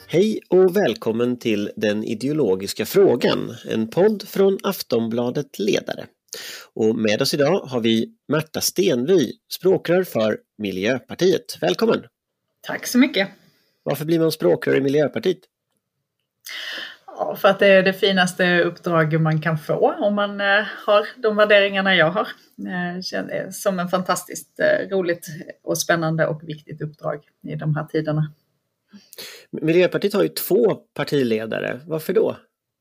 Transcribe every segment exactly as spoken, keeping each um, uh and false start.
Hej och välkommen till Den ideologiska frågan, en podd från Aftonbladet Ledare. Och med oss idag har vi Märta Stenvy, språkrör för Miljöpartiet. Välkommen! Tack så mycket! Varför blir man språkrör i Miljöpartiet? Ja, för att det är det finaste uppdrag man kan få om man eh, har de värderingarna jag har. Eh, som en fantastiskt eh, roligt och spännande och viktigt uppdrag i de här tiderna. Miljöpartiet har ju två partiledare. Varför då?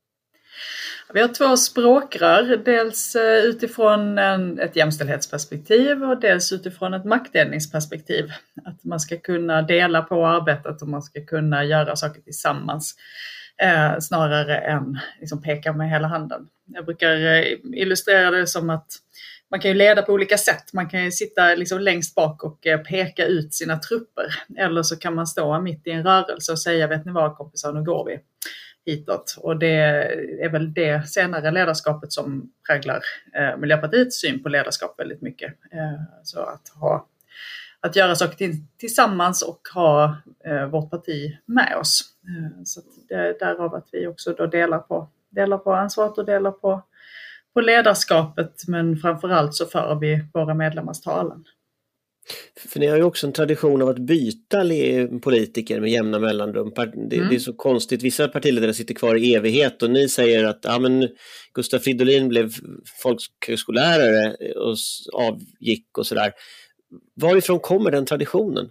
Vi har två språkrör, dels utifrån en, ett jämställdhetsperspektiv och dels utifrån ett maktdelningsperspektiv. Att man ska kunna dela på arbetet och man ska kunna göra saker tillsammans eh, snarare än liksom peka med hela handen. Jag brukar illustrera det som att man kan ju leda på olika sätt. Man kan ju sitta liksom längst bak och peka ut sina trupper. Eller så kan man stå mitt i en rörelse och säga, vet ni vad kompisar, nu går vi hitåt. Och det är väl det senare ledarskapet som präglar eh, Miljöpartiets syn på ledarskap väldigt mycket. Eh, så att, ha, att göra saker tillsammans och ha eh, vårt parti med oss. Eh, så det är därav att vi också då delar på, delar på ansvaret och delar på på ledarskapet, men framförallt så för vi våra medlemmars talan. För ni har ju också en tradition av att byta politiker med jämna mellanrum. Det, mm. det är så konstigt, vissa partiledare sitter kvar i evighet och ni säger att ja, men Gustav Fridolin blev folkhögskollärare och avgick och sådär. Varifrån kommer den traditionen?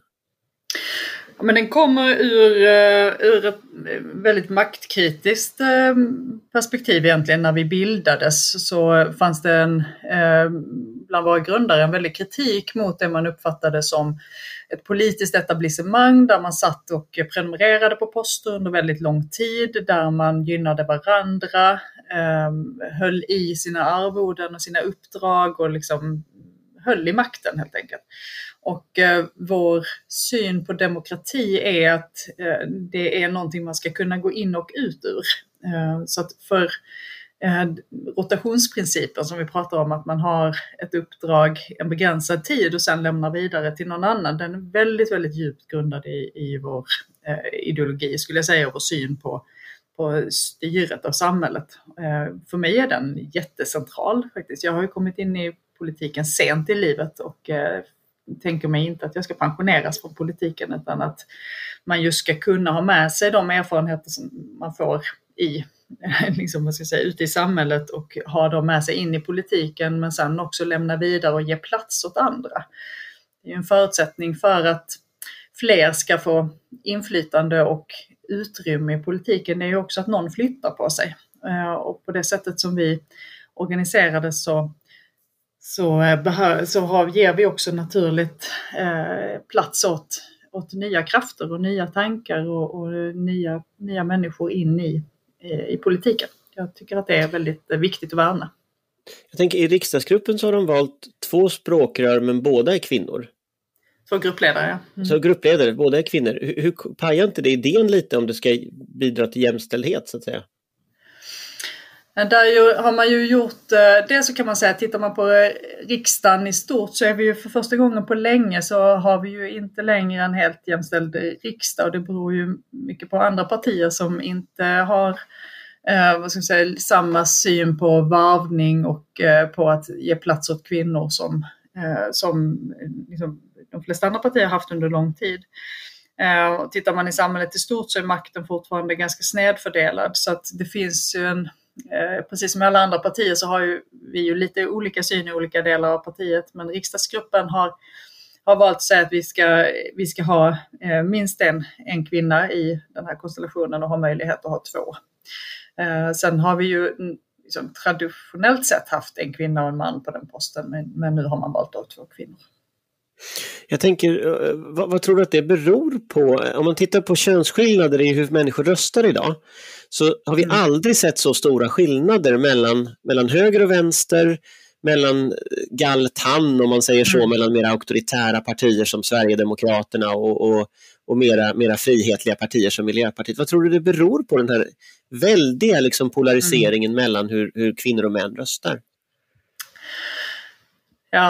Men den kommer ur, ur ett väldigt maktkritiskt perspektiv egentligen. När vi bildades så fanns det en, bland våra grundare en väldigt kritik mot det man uppfattade som ett politiskt etablissemang där man satt och prenumererade på poster under väldigt lång tid, där man gynnade varandra, höll i sina arvoden och sina uppdrag och liksom höll i makten helt enkelt. Och eh, vår syn på demokrati är att eh, det är någonting man ska kunna gå in och ut ur. Eh, så att för eh, rotationsprincipen som vi pratar om, att man har ett uppdrag en begränsad tid och sen lämnar vidare till någon annan, den är väldigt, väldigt djupt grundad i, i vår eh, ideologi skulle jag säga, och vår syn på, på styret av samhället. Eh, för mig är den jättecentral faktiskt. Jag har ju kommit in i politiken sent i livet och eh, tänker mig inte att jag ska pensioneras från politiken, utan att man just ska kunna ha med sig de erfarenheter som man får i, liksom, vad ska jag säga, ute i samhället och ha dem med sig in i politiken, men sen också lämna vidare och ge plats åt andra. Det är en förutsättning för att fler ska få inflytande och utrymme i politiken. Det är ju också att någon flyttar på sig, och på det sättet som vi organiserade så Så, behör, så har, ger vi också naturligt eh, plats åt, åt nya krafter och nya tankar och, och nya, nya människor in i, i, i politiken. Jag tycker att det är väldigt viktigt att värna. Jag tänker i riksdagsgruppen så har de valt två språkrör men båda är kvinnor. Två gruppledare, ja. Mm. Så gruppledare, båda är kvinnor. Hur, hur pajar inte det idén lite om det ska bidra till jämställdhet så att säga? Där ju, har man ju gjort det, så kan man säga, tittar man på riksdagen i stort så är vi ju för första gången på länge så har vi ju inte längre en helt jämställd riksdag, och det beror ju mycket på andra partier som inte har eh, vad ska jag säga, samma syn på varvning och eh, på att ge plats åt kvinnor som, eh, som liksom, de flesta andra partier har haft under lång tid. Eh, och tittar man i samhället i stort så är makten fortfarande ganska snedfördelad, så att det finns ju en Eh, precis som i alla andra partier så har ju, vi ju lite olika syn i olika delar av partiet, men riksdagsgruppen har, har valt att säga att vi ska, vi ska ha eh, minst en, en kvinna i den här konstellationen och ha möjlighet att ha två. Eh, sen har vi ju liksom, traditionellt sett haft en kvinna och en man på den posten, men, men nu har man valt av två kvinnor. Jag tänker, vad, vad tror du att det beror på? Om man tittar på könsskillnader i hur människor röstar idag, så har vi mm. aldrig sett så stora skillnader mellan, mellan höger och vänster, mellan galtan om man säger så, mm. mellan mera auktoritära partier som Sverigedemokraterna och, och, och mera, mera frihetliga partier som Miljöpartiet. Vad tror du det beror på, den här väldiga liksom, polariseringen mm. mellan hur, hur kvinnor och män röstar? Ja,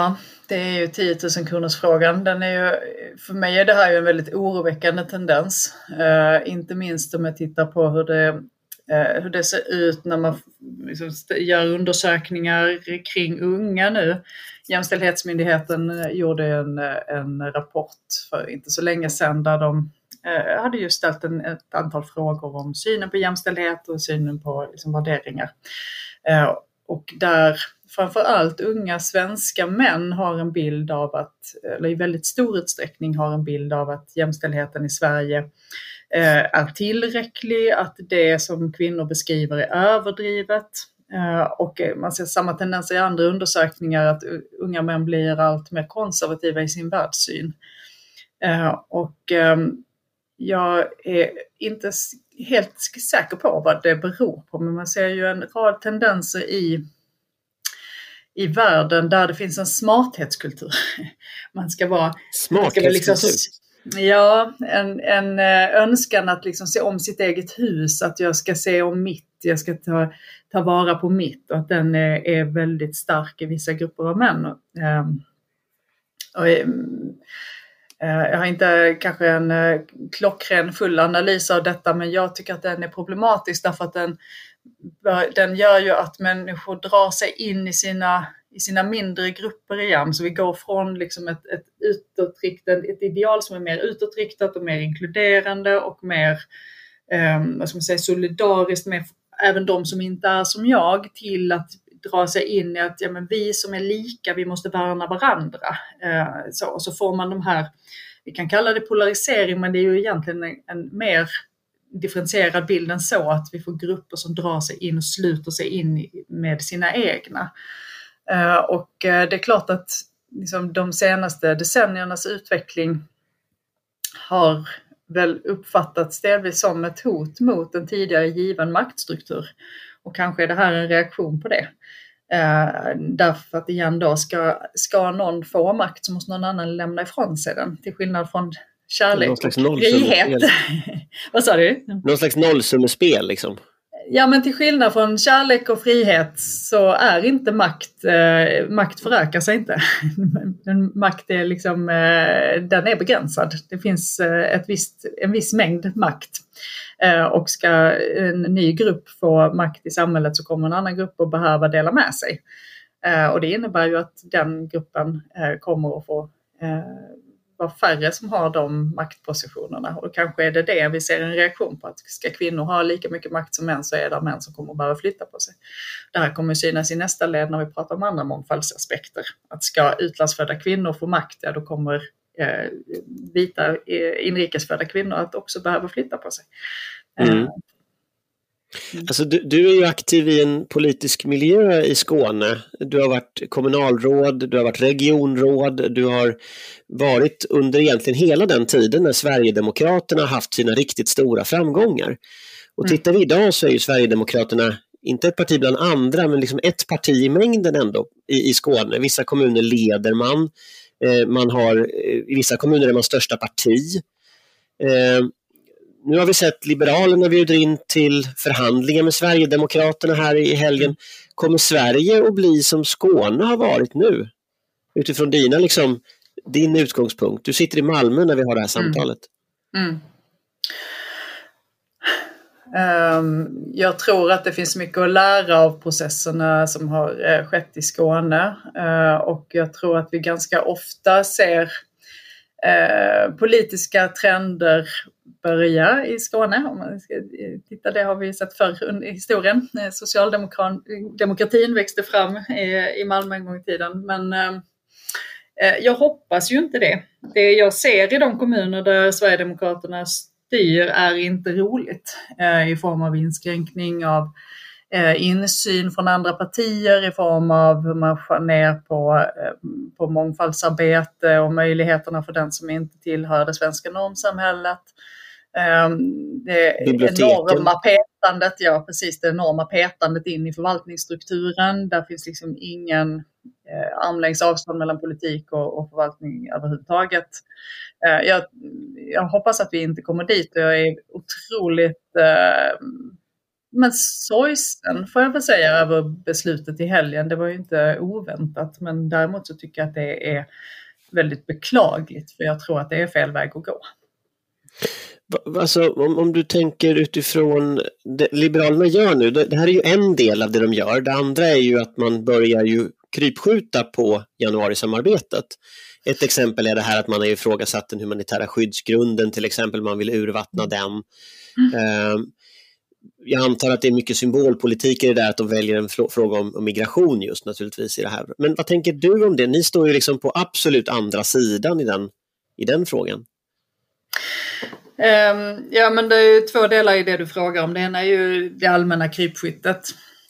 det är ju tio tusen kronors frågan. Den är ju, för mig är det här ju en väldigt oroväckande tendens. Uh, inte minst om jag tittar på hur det, uh, hur det ser ut när man liksom gör undersökningar kring unga nu. Jämställdhetsmyndigheten gjorde en, en rapport för inte så länge sedan där de uh, hade ju ställt en, ett antal frågor om synen på jämställdhet och synen på liksom, värderingar. Uh, och där framförallt unga svenska män har en bild av att, eller i väldigt stor utsträckning har en bild av att jämställdheten i Sverige eh, är tillräcklig, att det som kvinnor beskriver är överdrivet. Eh, och man ser samma tendenser i andra undersökningar att unga män blir allt mer konservativa i sin världssyn. Eh, och eh, jag är inte helt säker på vad det beror på, men man ser ju en rad tendenser i i världen där det finns en smarthetskultur. Man ska vara... Smarthetskultur? Liksom, ja, en, en önskan att liksom se om sitt eget hus, att jag ska se om mitt, jag ska ta, ta vara på mitt, och att den är, är väldigt stark i vissa grupper av män. Um, och, um, jag har inte kanske en uh, klockren full analys av detta, men jag tycker att den är problematisk därför att den Den gör ju att människor drar sig in i sina, i sina mindre grupper igen. Så vi går från liksom ett, ett, utåtriktat, ett ideal som är mer utåtriktat och mer inkluderande och mer eh, vad ska man säga, solidariskt med även de som inte är som jag, till att dra sig in i att ja, men vi som är lika, vi måste värna varandra. Eh, så, och så får man de här, vi kan kalla det polarisering, men det är ju egentligen en, en mer differentierad bilden så att vi får grupper som drar sig in och sluter sig in med sina egna. Och det är klart att liksom de senaste decenniernas utveckling har väl uppfattats delvis som ett hot mot en tidigare given maktstruktur. Och kanske är det här en reaktion på det. Därför att igen då, ska, ska någon få makt så måste någon annan lämna ifrån sig den, till skillnad från kärlek och frihet. Vad sa du? Någon slags nollsummespel liksom. Ja, men till skillnad från kärlek och frihet så är inte makt, eh, makt förökar sig inte. Makt är liksom, eh, den är begränsad. Det finns eh, ett visst, en viss mängd makt. Eh, och ska en ny grupp få makt i samhället så kommer en annan grupp att behöva dela med sig. Eh, och det innebär ju att den gruppen eh, kommer att få eh, vara färre som har de maktpositionerna. Och kanske är det det vi ser en reaktion på. Att ska kvinnor ha lika mycket makt som män så är det män som kommer att behöva flytta på sig. Det här kommer synas i nästa led när vi pratar om andra mångfaldsaspekter. Att ska utlandsfödda kvinnor få makt, ja, då kommer eh, vita eh, inrikesfödda kvinnor att också behöva flytta på sig. Mm. Eh. Alltså, du, du är ju aktiv i en politisk miljö i Skåne. Du har varit kommunalråd, du har varit regionråd, du har varit under egentligen hela den tiden när Sverigedemokraterna har haft sina riktigt stora framgångar. Och tittar vi idag så är ju Sverigedemokraterna inte ett parti bland andra, men liksom ett parti i mängden ändå i, i Skåne. Vissa kommuner leder man, eh, man har, i vissa kommuner är man största parti. Eh, Nu har vi sett Liberalerna bjuder in till förhandlingar med Sverigedemokraterna här i helgen. Kommer Sverige att bli som Skåne har varit nu? Utifrån dina, liksom, din utgångspunkt. Du sitter i Malmö när vi har det här samtalet. Mm. Mm. Um, jag tror att det finns mycket att lära av processerna som har uh, skett i Skåne. Uh, och jag tror att vi ganska ofta ser uh, politiska trender börja i Skåne. Om man ska titta, det har vi sett förr i historien. Socialdemokratin växte fram i, i Malmö en gång i tiden. Men eh, jag hoppas ju inte det. Det jag ser i de kommuner där Sverigedemokraterna styr är inte roligt. Eh, I form av inskränkning av eh, insyn från andra partier, i form av hur man skär ner på, eh, på mångfaldsarbete och möjligheterna för den som inte tillhör det svenska normsamhället. Det enorma petandet, ja precis, det enorma petandet in i förvaltningsstrukturen. Där finns liksom ingen eh, armlängds avstånd mellan politik och, och förvaltning överhuvudtaget. Eh, jag, jag hoppas att vi inte kommer dit. Jag är otroligt eh, men sorgsen får jag väl säga över beslutet i helgen. Det var ju inte oväntat, men däremot så tycker jag att det är väldigt beklagligt, för jag tror att det är fel väg att gå. Alltså, om, om du tänker utifrån det Liberalerna gör nu, det, det här är ju en del av det de gör. Det andra är ju att man börjar ju krypskjuta på januarisamarbetet. Ett exempel är det här att man har ifrågasatt den humanitära skyddsgrunden, till exempel man vill urvattna den. Mm. Jag antar att det är mycket symbolpolitik i det där, att de väljer en frå- fråga om, om migration just naturligtvis i det här. Men vad tänker du om det? Ni står ju liksom på absolut andra sidan i den, i den frågan. Um, ja, men det är ju två delar i det du frågar om. Det ena är ju det allmänna krypskyttet.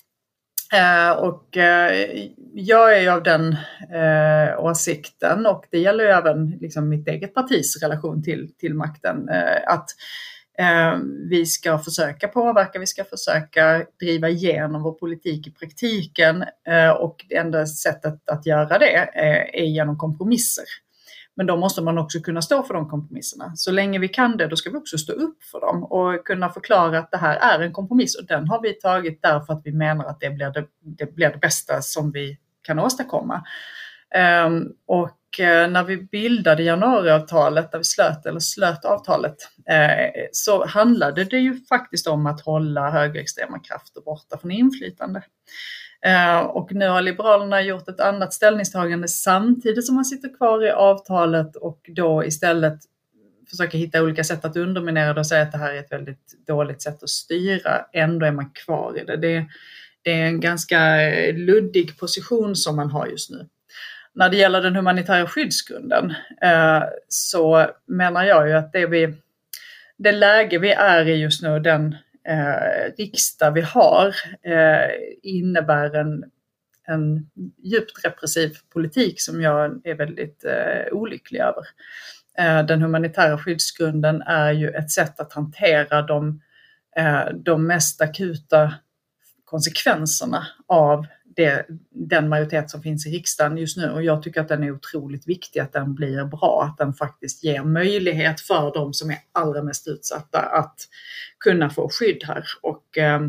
Uh, och uh, jag är ju av den uh, åsikten, och det gäller ju även liksom mitt eget partis relation till, till makten, uh, att uh, vi ska försöka påverka, vi ska försöka driva igenom vår politik i praktiken, uh, och det enda sättet att göra det uh, är genom kompromisser. Men då måste man också kunna stå för de kompromisserna. Så länge vi kan det, då ska vi också stå upp för dem och kunna förklara att det här är en kompromiss. Och den har vi tagit därför att vi menar att det blir det, det, blir det bästa som vi kan åstadkomma. Um, och uh, när vi bildade januariavtalet, där vi slöt, eller slöt avtalet, uh, så handlade det ju faktiskt om att hålla högerextrema krafter borta från inflytande. Uh, och nu har Liberalerna gjort ett annat ställningstagande samtidigt som man sitter kvar i avtalet, och då istället försöker hitta olika sätt att underminera det och säga att det här är ett väldigt dåligt sätt att styra. Ändå är man kvar i det. Det, det är en ganska luddig position som man har just nu. När det gäller den humanitära skyddsgrunden uh, så menar jag ju att det, vi, det läge vi är i just nu, den Eh, riksdag vi har, eh, innebär en, en djupt repressiv politik som jag är väldigt eh, olycklig över. Eh, den humanitära skyddsgrunden är ju ett sätt att hantera de, eh, de mest akuta konsekvenserna av det, den majoritet som finns i riksdagen just nu, och jag tycker att den är otroligt viktig, att den blir bra, att den faktiskt ger möjlighet för de som är allra mest utsatta att kunna få skydd här. Och eh,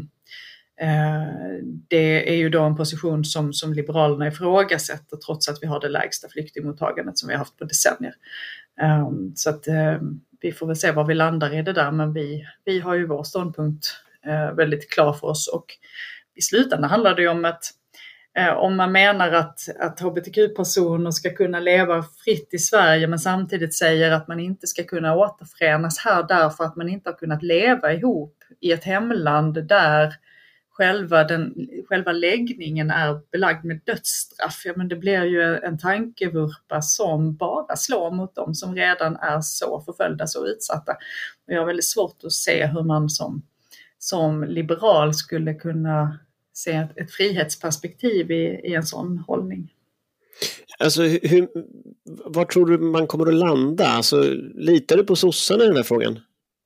det är ju då en position som, som Liberalerna ifrågasätter, trots att vi har det lägsta flyktingmottagandet som vi har haft på decennier. Eh, så att eh, vi får väl se var vi landar i det där, men vi, vi har ju vår ståndpunkt eh, väldigt klar för oss, och i slutändan handlar det ju om att eh, om man menar att, att hbtq-personer ska kunna leva fritt i Sverige, men samtidigt säger att man inte ska kunna återförenas här därför att man inte har kunnat leva ihop i ett hemland där själva, den, själva läggningen är belagd med dödsstraff. Ja, men det blir ju en tankevurpa som bara slår mot dem som redan är så förföljda, så utsatta. Och jag har väldigt svårt att se hur man som, som liberal skulle kunna se ett, ett frihetsperspektiv i, i en sån hållning. Alltså, hur, var tror du man kommer att landa? Alltså, litar du på sossarna i den här frågan?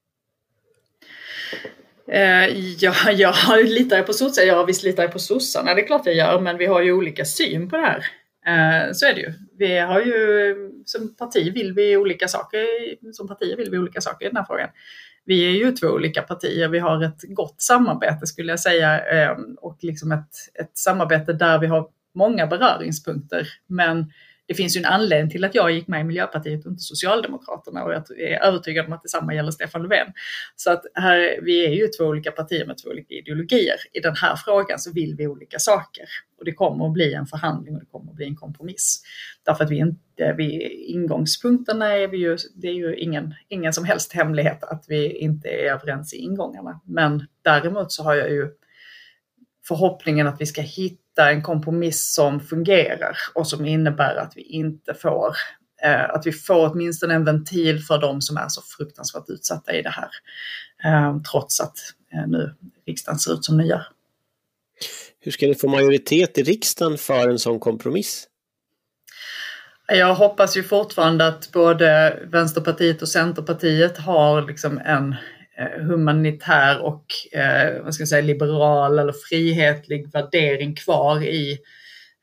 Uh, ja, jag litar på sossarna. Ja, visst litar jag på sossarna. Det är klart jag gör, men vi har ju olika syn på det här. Uh, så är det ju. Vi har ju, som parti vill vi olika saker, som partier vill vi olika saker i den här frågan. Vi är ju två olika partier. Vi har ett gott samarbete, skulle jag säga, och liksom ett, ett samarbete där vi har många beröringspunkter. Men det finns ju en anledning till att jag gick med i Miljöpartiet och inte Socialdemokraterna, och jag är övertygad om att detsamma gäller Stefan Löfven. Så att här, vi är ju två olika partier med två olika ideologier. I den här frågan så vill vi olika saker, och det kommer att bli en förhandling och det kommer att bli en kompromiss. Därför att vi inte, vi, ingångspunkterna är vi ju, det är ju ingen, ingen som helst hemlighet att vi inte är överens i ingångarna. Men däremot så har jag ju förhoppningen att vi ska hitta en kompromiss som fungerar och som innebär att vi inte får, eh, att vi får åtminstone en ventil för de som är så fruktansvärt utsatta i det här. Eh, trots att eh, nu riksdagen ser ut som den gör. Hur ska ni få majoritet i riksdagen för en sån kompromiss? Jag hoppas ju fortfarande att både Vänsterpartiet och Centerpartiet har liksom en humanitär och eh, vad ska jag säga, liberal eller frihetlig värdering kvar i,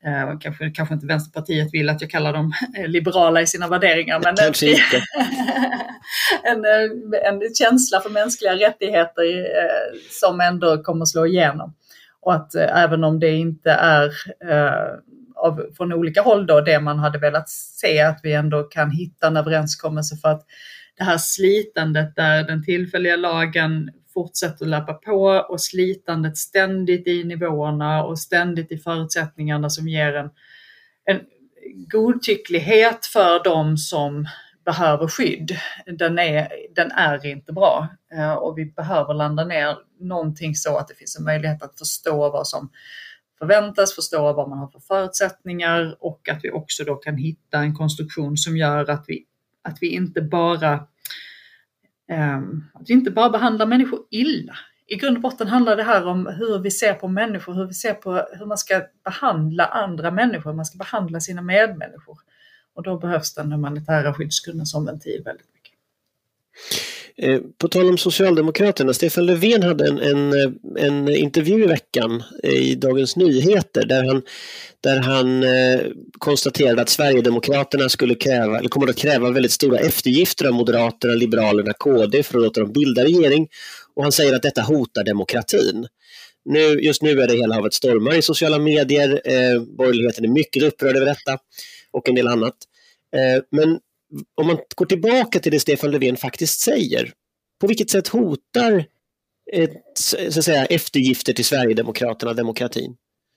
Eh, kanske, kanske inte Vänsterpartiet vill att jag kallar dem liberala i sina värderingar, men kanske inte. en, en känsla för mänskliga rättigheter eh, som ändå kommer slå igenom. Och att eh, även om det inte är eh, av, från olika håll då, det man hade velat se, att vi ändå kan hitta en överenskommelse, för att det här slitandet där den tillfälliga lagen fortsätter att löpa på och slitandet ständigt i nivåerna och ständigt i förutsättningarna som ger en, en godtycklighet för de som behöver skydd. Den är, den är inte bra, och vi behöver landa ner någonting så att det finns en möjlighet att förstå vad som förväntas, förstå vad man har för förutsättningar, och att vi också då kan hitta en konstruktion som gör att vi, att vi inte bara Um, att vi inte bara behandlar människor illa. I grund och botten handlar det här om hur vi ser på människor, hur vi ser på hur man ska behandla andra människor, hur man ska behandla sina medmänniskor. Och då behövs den humanitära skyddsgrunden som ventil väldigt mycket. På tal om Socialdemokraterna, Stefan Löfven hade en, en, en intervju i veckan i Dagens Nyheter där han, där han eh, konstaterade att Sverigedemokraterna skulle kräva, eller kommer att kräva väldigt stora eftergifter av Moderaterna, Liberalerna, K D för att låta dem bilda regering, och han säger att detta hotar demokratin. Nu, just nu är det hela havet stormar i sociala medier, eh, borgerligheten är mycket upprörd över detta och en del annat. Eh, men om man går tillbaka till det Stefan Löfven faktiskt säger, på vilket sätt hotar ett, så att säga, eftergifter till Sverigedemokraterna demokratin?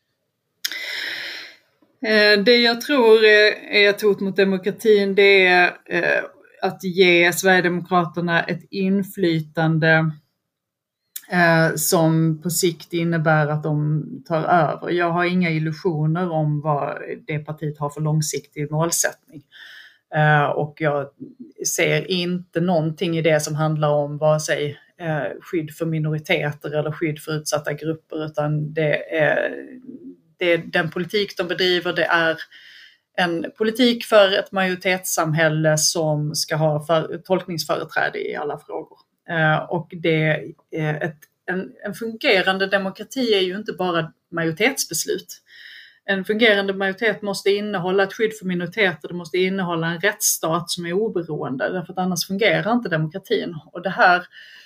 Det jag tror är ett hot mot demokratin, det är att ge Sverigedemokraterna ett inflytande som på sikt innebär att de tar över. Jag har inga illusioner om vad det partiet har för långsiktig målsättning. Uh, och jag ser inte någonting i det som handlar om vare sig uh, skydd för minoriteter eller skydd för utsatta grupper, utan det är, det är den politik de bedriver, det är en politik för ett majoritetssamhälle som ska ha för, tolkningsföreträde i alla frågor. Uh, och det är ett, en, en fungerande demokrati är ju inte bara majoritetsbeslut. En fungerande majoritet måste innehålla ett skydd för minoriteter, det måste innehålla en rättsstat som är oberoende, därför att annars fungerar inte demokratin. Och det här,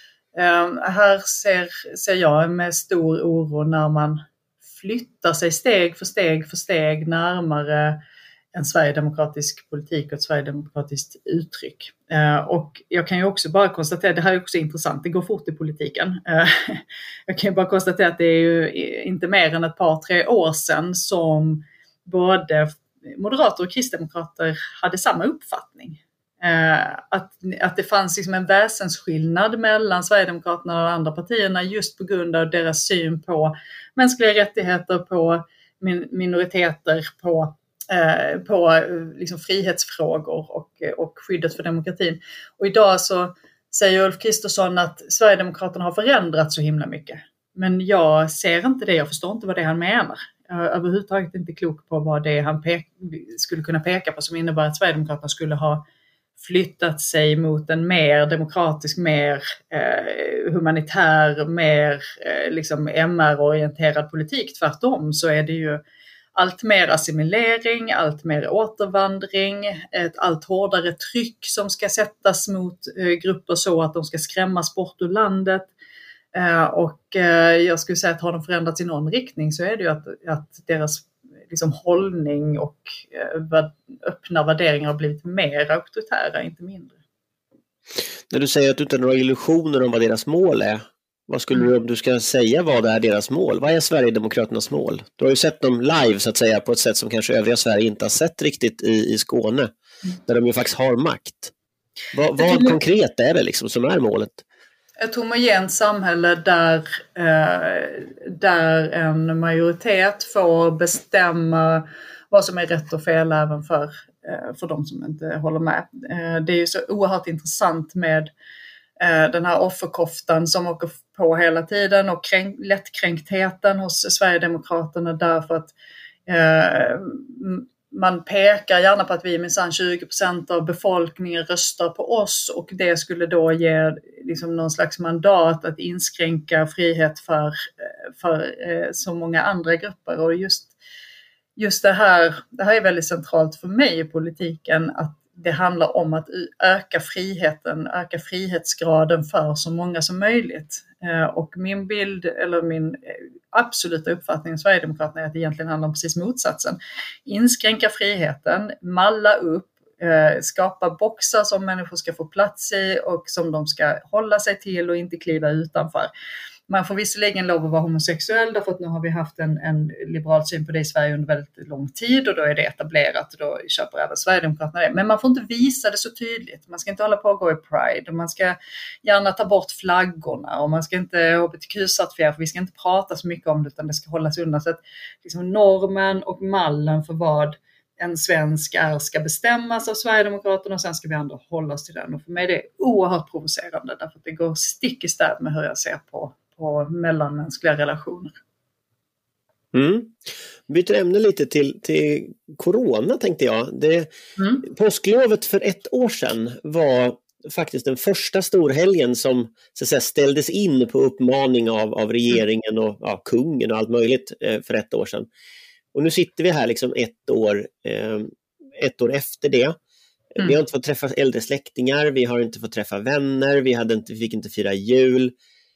eh, här ser, ser jag med stor oro när man flyttar sig steg för steg för steg närmare en sverigedemokratisk politik och ett sverigedemokratiskt uttryck. Eh, och jag kan ju också bara konstatera, det här är också intressant, det går fort i politiken. Eh, jag kan ju bara konstatera att det är ju inte mer än ett par, tre år sedan som både moderater och kristdemokrater hade samma uppfattning. Eh, att, att det fanns liksom en väsensskillnad mellan Sverigedemokraterna och de andra partierna just på grund av deras syn på mänskliga rättigheter, på min, minoriteter, på på liksom frihetsfrågor och, och skyddet för demokratin. Och idag så säger Ulf Kristersson att Sverigedemokraterna har förändrats så himla mycket. Men jag ser inte det, jag förstår inte vad det är han menar. Jag är överhuvudtaget inte klok på vad det är han pek- skulle kunna peka på som innebär att Sverigedemokraterna skulle ha flyttat sig mot en mer demokratisk, mer eh, humanitär, mer eh, liksom M R-orienterad politik. Tvärtom så är det ju allt mer assimilering, allt mer återvandring, ett allt hårdare tryck som ska sättas mot eh, grupper så att de ska skrämmas bort ur landet. Eh, och eh, jag skulle säga att har de förändrats i någon riktning så är det ju att, att deras liksom, hållning och eh, öppna värderingar har blivit mer auktoritära, inte mindre. När du säger att du inte har några illusioner om vad deras mål är, vad skulle du, om du ska säga vad är deras mål? Vad är Sverigedemokraternas mål? Du har ju sett dem live så att säga på ett sätt som kanske övriga Sverige inte har sett riktigt i, i Skåne. Mm. Där de ju faktiskt har makt. Vad, vad tror, konkret är det liksom som är målet? Ett homogent samhälle där, eh, där en majoritet får bestämma vad som är rätt och fel även för, eh, för de som inte håller med. Eh, det är ju så oerhört intressant med den här offerkoftan som åker på hela tiden och kränk, lättkränktheten hos Sverigedemokraterna därför att eh, man pekar gärna på att vi minsann tjugo procent av befolkningen röstar på oss och det skulle då ge liksom någon slags mandat att inskränka frihet för, för eh, så många andra grupper. Och just, just det här, det här är väldigt centralt för mig i politiken, att det handlar om att öka friheten, öka frihetsgraden för så många som möjligt. Och min bild, eller min absoluta uppfattning om Sverigedemokraterna är att det egentligen handlar om precis motsatsen. Inskränka friheten, malla upp, skapa boxar som människor ska få plats i och som de ska hålla sig till och inte kliva utanför. Man får visserligen lov att vara homosexuell, därför att nu har vi haft en, en liberal syn på det i Sverige under väldigt lång tid och då är det etablerat och då köper även Sverigedemokraterna det. Men man får inte visa det så tydligt. Man ska inte hålla på att gå i Pride och man ska gärna ta bort flaggorna och man ska inte H B T Q-certifiera, för vi ska inte prata så mycket om det utan det ska hållas undan. Så att liksom normen och mallen för vad en svensk är ska bestämmas av Sverigedemokraterna och sen ska vi andra hålla oss till den. Och för mig är det oerhört provocerande därför att det går stick i stäv med hur jag ser på på mellanmänskliga relationer. Mm. Byter ämne lite till, till corona tänkte jag. Det, mm. Påsklovet för ett år sedan var faktiskt den första storhelgen som så att säga, ställdes in på uppmaning av, av regeringen och ja, kungen och allt möjligt eh, för ett år sedan. Och nu sitter vi här liksom ett år, eh, ett år efter det. Mm. Vi har inte fått träffa äldre släktingar, vi har inte fått träffa vänner, vi, hade inte, vi fick inte fira jul.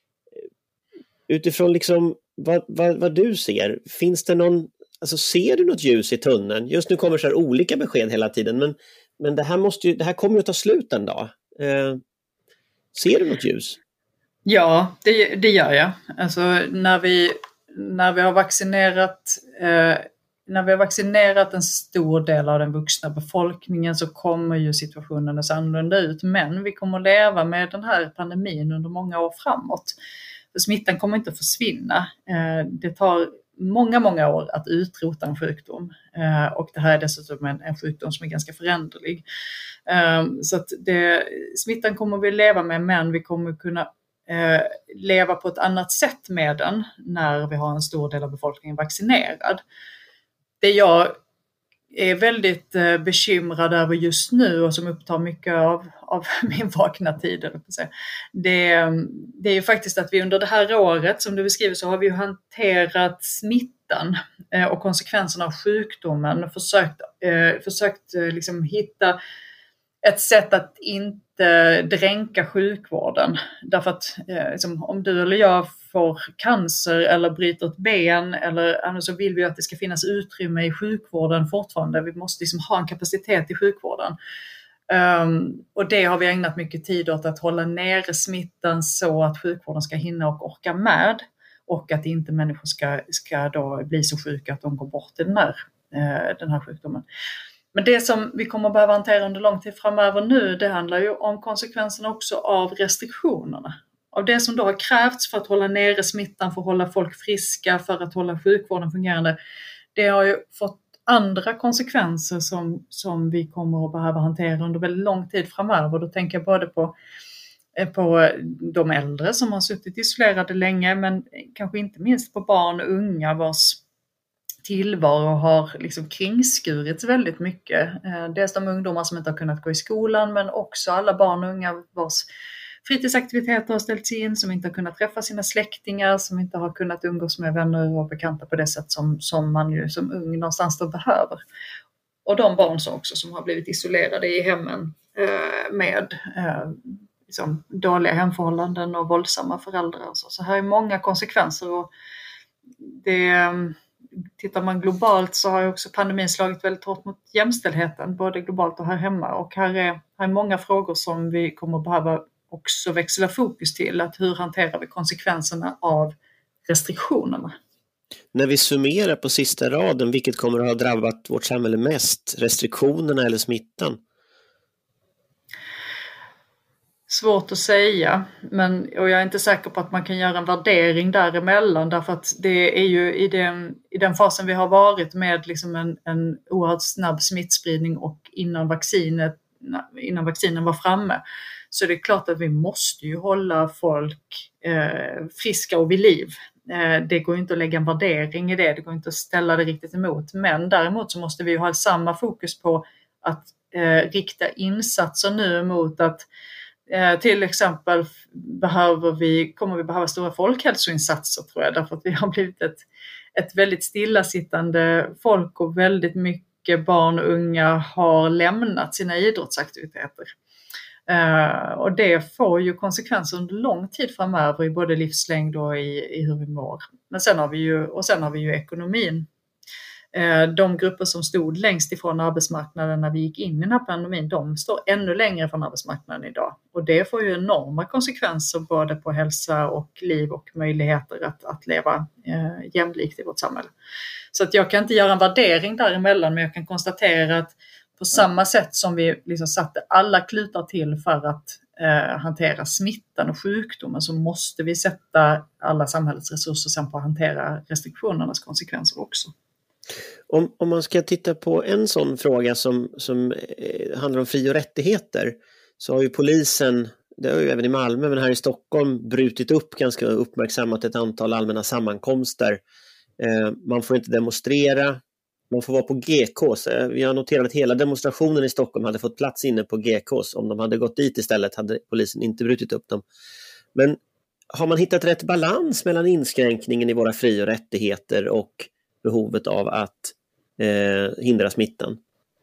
Utifrån liksom vad, vad, vad du ser, finns det någon, alltså ser du något ljus i tunneln? Just nu kommer så här olika besked hela tiden, men, men det här måste ju, det här kommer ju att ta slut en dag. Eh, ser du något ljus? Ja, det, det gör jag. Alltså när vi, när vi har vaccinerat eh, när vi har vaccinerat en stor del av den vuxna befolkningen så kommer ju situationen att se annorlunda ut, men vi kommer att leva med den här pandemin under många år framåt. För smittan kommer inte att försvinna. Det tar många, många år att utrota en sjukdom. Och det här är dessutom en, en sjukdom som är ganska föränderlig. Så att det, smittan kommer vi leva med, men vi kommer kunna leva på ett annat sätt med den när vi har en stor del av befolkningen vaccinerad. Det jag är väldigt bekymrad över just nu och som upptar mycket av, av min vakna tid. Det, det är ju faktiskt att vi under det här året, som du beskriver, så har vi ju hanterat smittan och konsekvenserna av sjukdomen och försökt, eh, försökt liksom hitta ett sätt att inte dränka sjukvården. Därför att eh, liksom, om du eller jag får cancer eller bryter ett ben eller så vill vi att det ska finnas utrymme i sjukvården fortfarande. Vi måste liksom ha en kapacitet i sjukvården. Um, och det har vi ägnat mycket tid åt, att hålla ner smittan så att sjukvården ska hinna och orka med. Och att inte människor ska, ska då bli så sjuka att de går bort i den här, uh, den här sjukdomen. Men det som vi kommer att behöva hantera under lång tid framöver nu, det handlar ju om konsekvenserna också av restriktionerna. Av det som då har krävts för att hålla nere smittan, för att hålla folk friska, för att hålla sjukvården fungerande. Det har ju fått andra konsekvenser som, som vi kommer att behöva hantera under väldigt lång tid framöver. Då tänker jag både på, på de äldre som har suttit isolerade länge, men kanske inte minst på barn och unga vars tillvaro har liksom kringskurits väldigt mycket. Dels de ungdomar som inte har kunnat gå i skolan, men också alla barn och unga vars fritidsaktiviteter har ställts in, som inte har kunnat träffa sina släktingar, som inte har kunnat umgås med vänner och bekanta på det sätt som, som man ju som ung någonstans då behöver. Och de barn som också som har blivit isolerade i hemmen eh, med eh, liksom dåliga hemförhållanden och våldsamma föräldrar. Och så. så här är många konsekvenser. Och det, tittar man globalt så har ju också pandemin slagit väldigt hårt mot jämställdheten, både globalt och här hemma. Och här är, här är många frågor som vi kommer att behöva också växla fokus till. Att hur hanterar vi konsekvenserna av restriktionerna? När vi summerar på sista raden, vilket kommer att ha drabbat vårt samhälle mest? Restriktionerna eller smittan? Svårt att säga, men och jag är inte säker på att man kan göra en värdering däremellan, därför att det är ju i den, i den fasen vi har varit med liksom en, en oerhört snabb smittspridning och innan vaccinet, innan vaccinen var framme, så det är klart att vi måste ju hålla folk eh, friska och vid liv. Eh, det går inte att lägga en värdering i det, det går inte att ställa det riktigt emot, men däremot så måste vi ju ha samma fokus på att eh, rikta insatser nu mot att Eh, till exempel behöver vi, kommer vi behöva stora folkhälsoinsatser, tror jag, därför att vi har blivit ett, ett väldigt stillasittande folk och väldigt mycket barn och unga har lämnat sina idrottsaktiviteter. Uh, och det får ju konsekvenser under lång tid framöver i både livslängd och i, i hur vi mår. Men sen har vi ju, och sen har vi ju ekonomin. Uh, de grupper som stod längst ifrån arbetsmarknaden när vi gick in i den här pandemin, de står ännu längre från arbetsmarknaden idag. Och det får ju enorma konsekvenser både på hälsa och liv och möjligheter att, att leva uh, jämlikt i vårt samhälle. Så att jag kan inte göra en värdering däremellan, men jag kan konstatera att på samma sätt som vi liksom satte alla klutar till för att eh, hantera smittan och sjukdomen, så måste vi sätta alla samhällets resurser sen på att hantera restriktionernas konsekvenser också. Om, om man ska titta på en sån fråga som, som eh, handlar om fri- och rättigheter, så har ju polisen, det har ju även i Malmö men här i Stockholm, brutit upp ganska uppmärksammat ett antal allmänna sammankomster. Eh, man får inte demonstrera. Man får vara på G K:s. Vi har noterat att hela demonstrationen i Stockholm hade fått plats inne på G K:s. Om de hade gått dit istället hade polisen inte brutit upp dem. Men har man hittat rätt balans mellan inskränkningen i våra fri- och rättigheter och behovet av att eh, hindra smittan?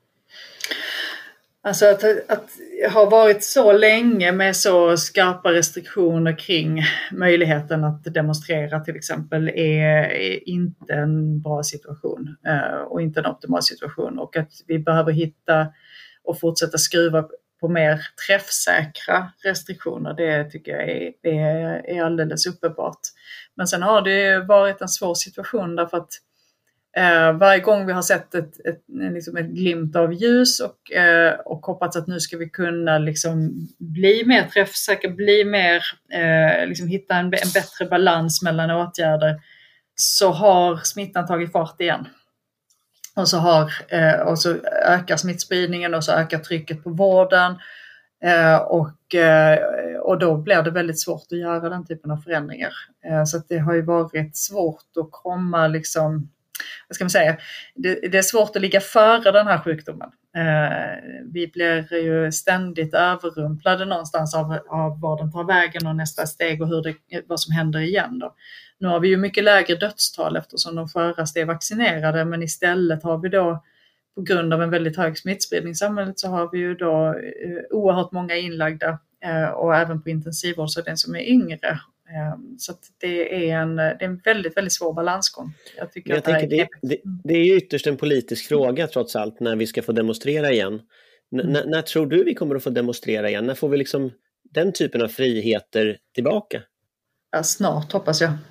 Alltså att, att ha varit så länge med så skarpa restriktioner kring möjligheten att demonstrera till exempel är, är inte en bra situation eh, och inte en optimal situation, och att vi behöver hitta och fortsätta skruva på mer träffsäkra restriktioner, det tycker jag är, är, är alldeles uppenbart. Men sen har det varit en svår situation därför att Eh, varje gång vi har sett ett, ett, liksom ett glimt av ljus och, eh, och hoppats att nu ska vi kunna liksom bli mer träffsäkra, bli mer, eh, liksom hitta en, en bättre balans mellan åtgärder, så har smittan tagit fart igen. Och så, har, eh, och så ökar smittspridningen och så ökar trycket på vården. Eh, och, eh, och då blir det väldigt svårt att göra den typen av förändringar. Eh, så att det har ju varit svårt att komma liksom... Vad ska man säga? Det, det är svårt att ligga före den här sjukdomen. Eh, vi blir ju ständigt överrumplade någonstans av, av var den tar vägen och nästa steg och hur det, vad som händer igen då. Nu har vi ju mycket lägre dödstal eftersom de sköraste är vaccinerade, men istället har vi då på grund av en väldigt hög smittspridning i samhället så har vi ju då eh, oerhört många inlagda eh, och även på intensivvård så den som är yngre. Så att det, är en, det är en väldigt, väldigt svår balansgång. Jag tycker jag att tänker det, är... det, det, det är ju ytterst en politisk fråga trots allt när vi ska få demonstrera igen. N- mm. n- när tror du vi kommer att få demonstrera igen? När får vi liksom den typen av friheter tillbaka? Ja, snart hoppas jag.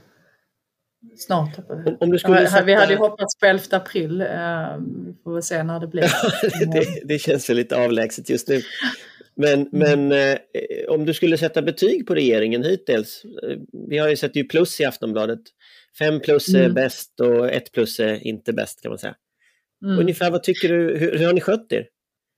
Snart hoppas jag. Om, om du skulle ja, sätta... Vi hade ju hoppats på elfte april. Vi får väl se när det blir. det, det känns väl lite avlägset just nu. Men, men eh, om du skulle sätta betyg på regeringen hittills, vi har ju sett ju plus i Aftonbladet. Fem plus är mm. bäst och ett plus är inte bäst kan man säga. Mm. Ungefär vad tycker du, hur, hur har ni skött er?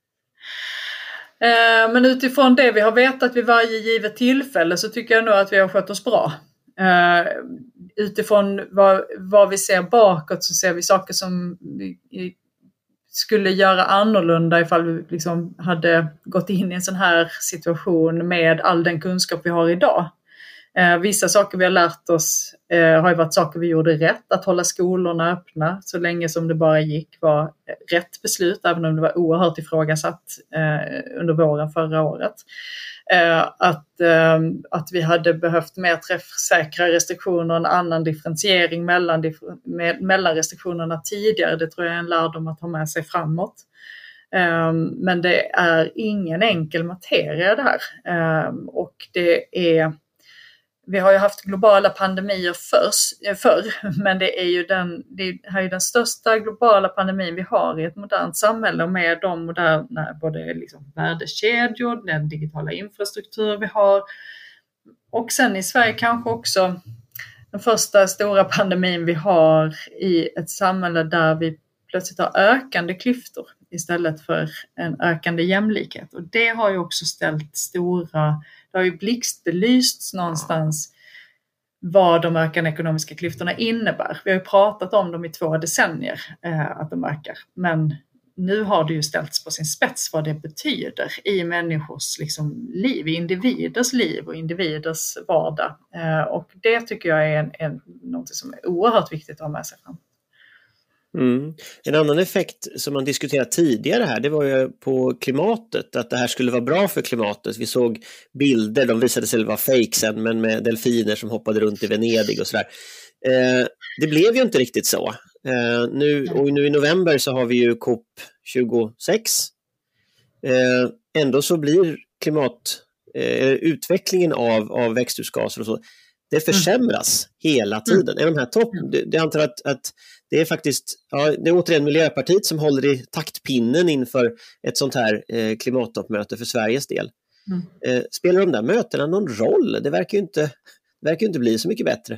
Eh, men utifrån det vi har vetat vid varje givet tillfälle så tycker jag nog att vi har skött oss bra. Eh, utifrån vad, vad vi ser bakåt så ser vi saker som vi skulle göra annorlunda ifall vi liksom hade gått in i en sån här situation med all den kunskap vi har idag. Eh, vissa saker vi har lärt oss eh, har ju varit saker vi gjorde rätt. Att hålla skolorna öppna så länge som det bara gick var rätt beslut, även om det var oerhört ifrågasatt eh, under våren förra året. Eh, att, eh, att vi hade behövt mer träffsäkra restriktioner och en annan differentiering mellan, differ- med, mellan restriktionerna tidigare. Det tror jag är en lärdom att ha med sig framåt. Eh, men det är ingen enkel materia det här. Eh, och det är Vi har ju haft globala pandemier förr, förr men det är ju den, det här är den största globala pandemin vi har i ett modernt samhälle, och med de moderna både liksom värdekedjor, den digitala infrastruktur vi har, och sen i Sverige kanske också den första stora pandemin vi har i ett samhälle där vi plötsligt har ökande klyftor istället för en ökande jämlikhet, och det har ju också ställt stora Det har ju blixtbelysts någonstans vad de ökande ekonomiska klyftorna innebär. Vi har ju pratat om dem i två decennier, eh, att de ökar. Men nu har det ju ställts på sin spets vad det betyder i människors liksom, liv, i individers liv och individers vardag. Eh, och det tycker jag är en, en, något som är oerhört viktigt att ha med sig fram. Mm. En annan effekt som man diskuterat tidigare här, det var ju på klimatet, att det här skulle vara bra för klimatet. Vi såg bilder, de visade sig vara fake sen, men med delfiner som hoppade runt i Venedig och sådär. Eh, det blev ju inte riktigt så. Eh, nu, och nu i november så har vi ju C O P tjugosex. Eh, ändå så blir klimat, eh, utvecklingen av, av växthusgaser och så, det försämras mm. hela tiden. Mm. Är de här topp? Det, det antar att, att det är faktiskt, ja, det är återigen Miljöpartiet som håller i taktpinnen inför ett sånt här eh, klimattoppmöte för Sveriges del. Mm. Eh, spelar de där mötena någon roll? Det verkar ju inte, det verkar ju inte bli så mycket bättre.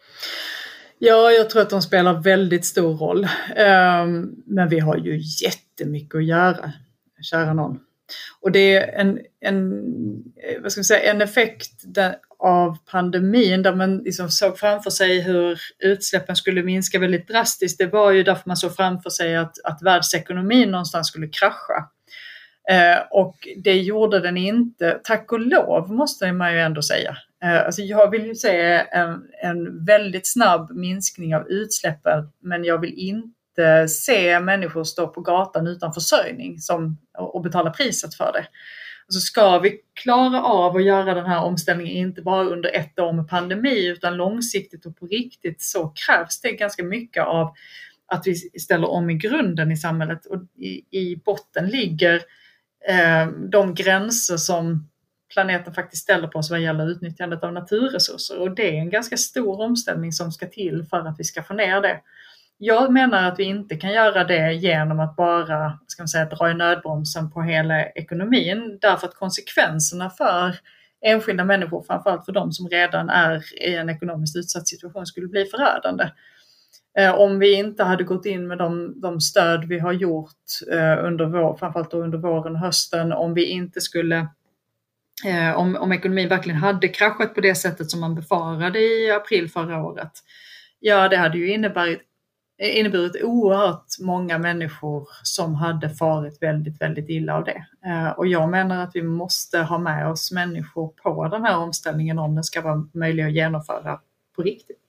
Ja, jag tror att de spelar väldigt stor roll. Um, men vi har ju jättemycket att göra, kära någon. Och det är en, en, vad ska man säga, en effekt där, av pandemin där man liksom såg framför sig hur utsläppen skulle minska väldigt drastiskt. Det var ju därför man såg framför sig att, att världsekonomin någonstans skulle krascha. Eh, och det gjorde den inte. Tack och lov måste man ju ändå säga. Eh, alltså jag vill ju se en, en väldigt snabb minskning av utsläppen, men jag vill inte se människor stå på gatan utan försörjning som, och betala priset för det. Alltså ska vi klara av att göra den här omställningen inte bara under ett år med pandemi utan långsiktigt och på riktigt, så krävs det ganska mycket av att vi ställer om i grunden i samhället. Och i, i botten ligger eh, de gränser som planeten faktiskt ställer på oss vad gäller utnyttjandet av naturresurser. Och det är en ganska stor omställning som ska till för att vi ska få ner det. Jag menar att vi inte kan göra det genom att bara, ska man säga, dra i nödbromsen på hela ekonomin. Därför att konsekvenserna för enskilda människor, framförallt för de som redan är i en ekonomiskt utsatt situation, skulle bli förödande. Eh, om vi inte hade gått in med de, de stöd vi har gjort eh, under vår, framförallt under våren och hösten, om vi inte skulle, eh, om, om ekonomin verkligen hade kraschat på det sättet som man befarade i april förra året, ja, det hade ju inneburit inneburit oerhört många människor som hade farit väldigt, väldigt illa av det. Och jag menar att vi måste ha med oss människor på den här omställningen om den ska vara möjlig att genomföra på riktigt.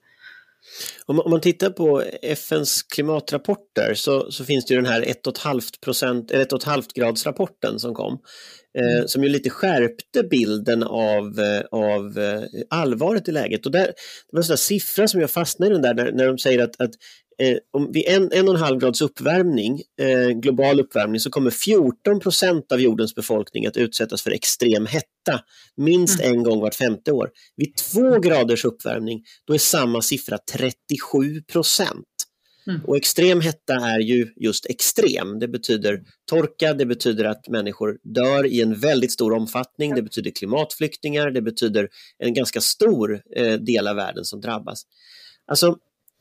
Om, om man tittar på F N:s klimatrapporter så, så finns det ju den här ett komma fem procent, eller ett komma fem gradsrapporten som kom. Eh, som ju lite skärpte bilden av, av eh, allvaret i läget. Och där, det var en sån där siffra som jag fastnade i den där när, när de säger att, att eh, om vid en, en och en halv grads uppvärmning, eh, global uppvärmning, så kommer fjorton procent av jordens befolkning att utsättas för extrem hetta minst mm. en gång vart femte år. Vid två graders uppvärmning, då är samma siffra trettiosju procent. Mm. Och extrem hetta är ju just extrem. Det betyder torka, det betyder att människor dör i en väldigt stor omfattning, det betyder klimatflyktingar, det betyder en ganska stor eh, del av världen som drabbas. Alltså,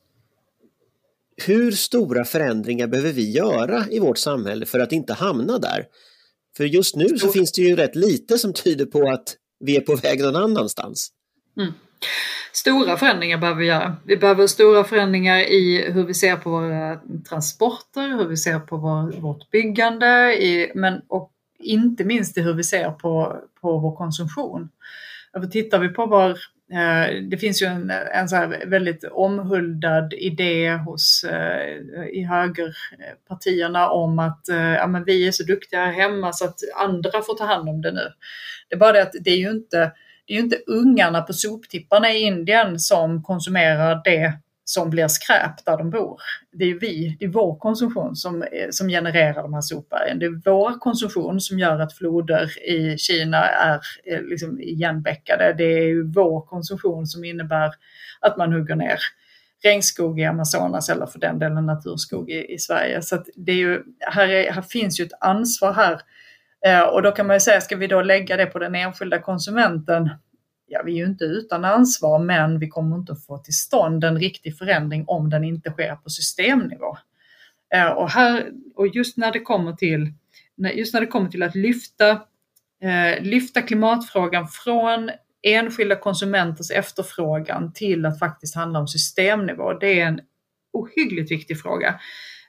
hur stora förändringar behöver vi göra i vårt samhälle för att inte hamna där? För just nu så finns det ju rätt lite som tyder på att vi är på väg någon annanstans. Mm. Stora förändringar behöver vi göra. Vi behöver stora förändringar i hur vi ser på våra transporter, hur vi ser på vår, vårt byggande, i, men och inte minst i hur vi ser på, på vår konsumtion. För tittar vi på vår, eh, det finns ju en, en så här väldigt omhuldad idé hos eh, i högerpartierna om att eh, ja, men vi är så duktiga hemma så att andra får ta hand om det nu. Det är bara det att det är ju inte Det är ju inte ungarna på soptipparna i Indien som konsumerar det som blir skräp där de bor. Det är ju vi, det är vår konsumtion som, som genererar de här sopbergen. Det är vår konsumtion som gör att floder i Kina är liksom igenbäckade. Det är ju vår konsumtion som innebär att man hugger ner regnskog i Amazonas eller för den delen naturskog i, i Sverige. Så att det är ju, här, är, här finns ju ett ansvar här. Och då kan man ju säga, ska vi då lägga det på den enskilda konsumenten? Ja, vi är ju inte utan ansvar, men vi kommer inte att få till stånd en riktig förändring om den inte sker på systemnivå. Och, här, och just när det kommer till, just när det kommer till att lyfta, lyfta klimatfrågan från enskilda konsumenters efterfrågan till att faktiskt handla om systemnivå, det är en ohyggligt viktig fråga.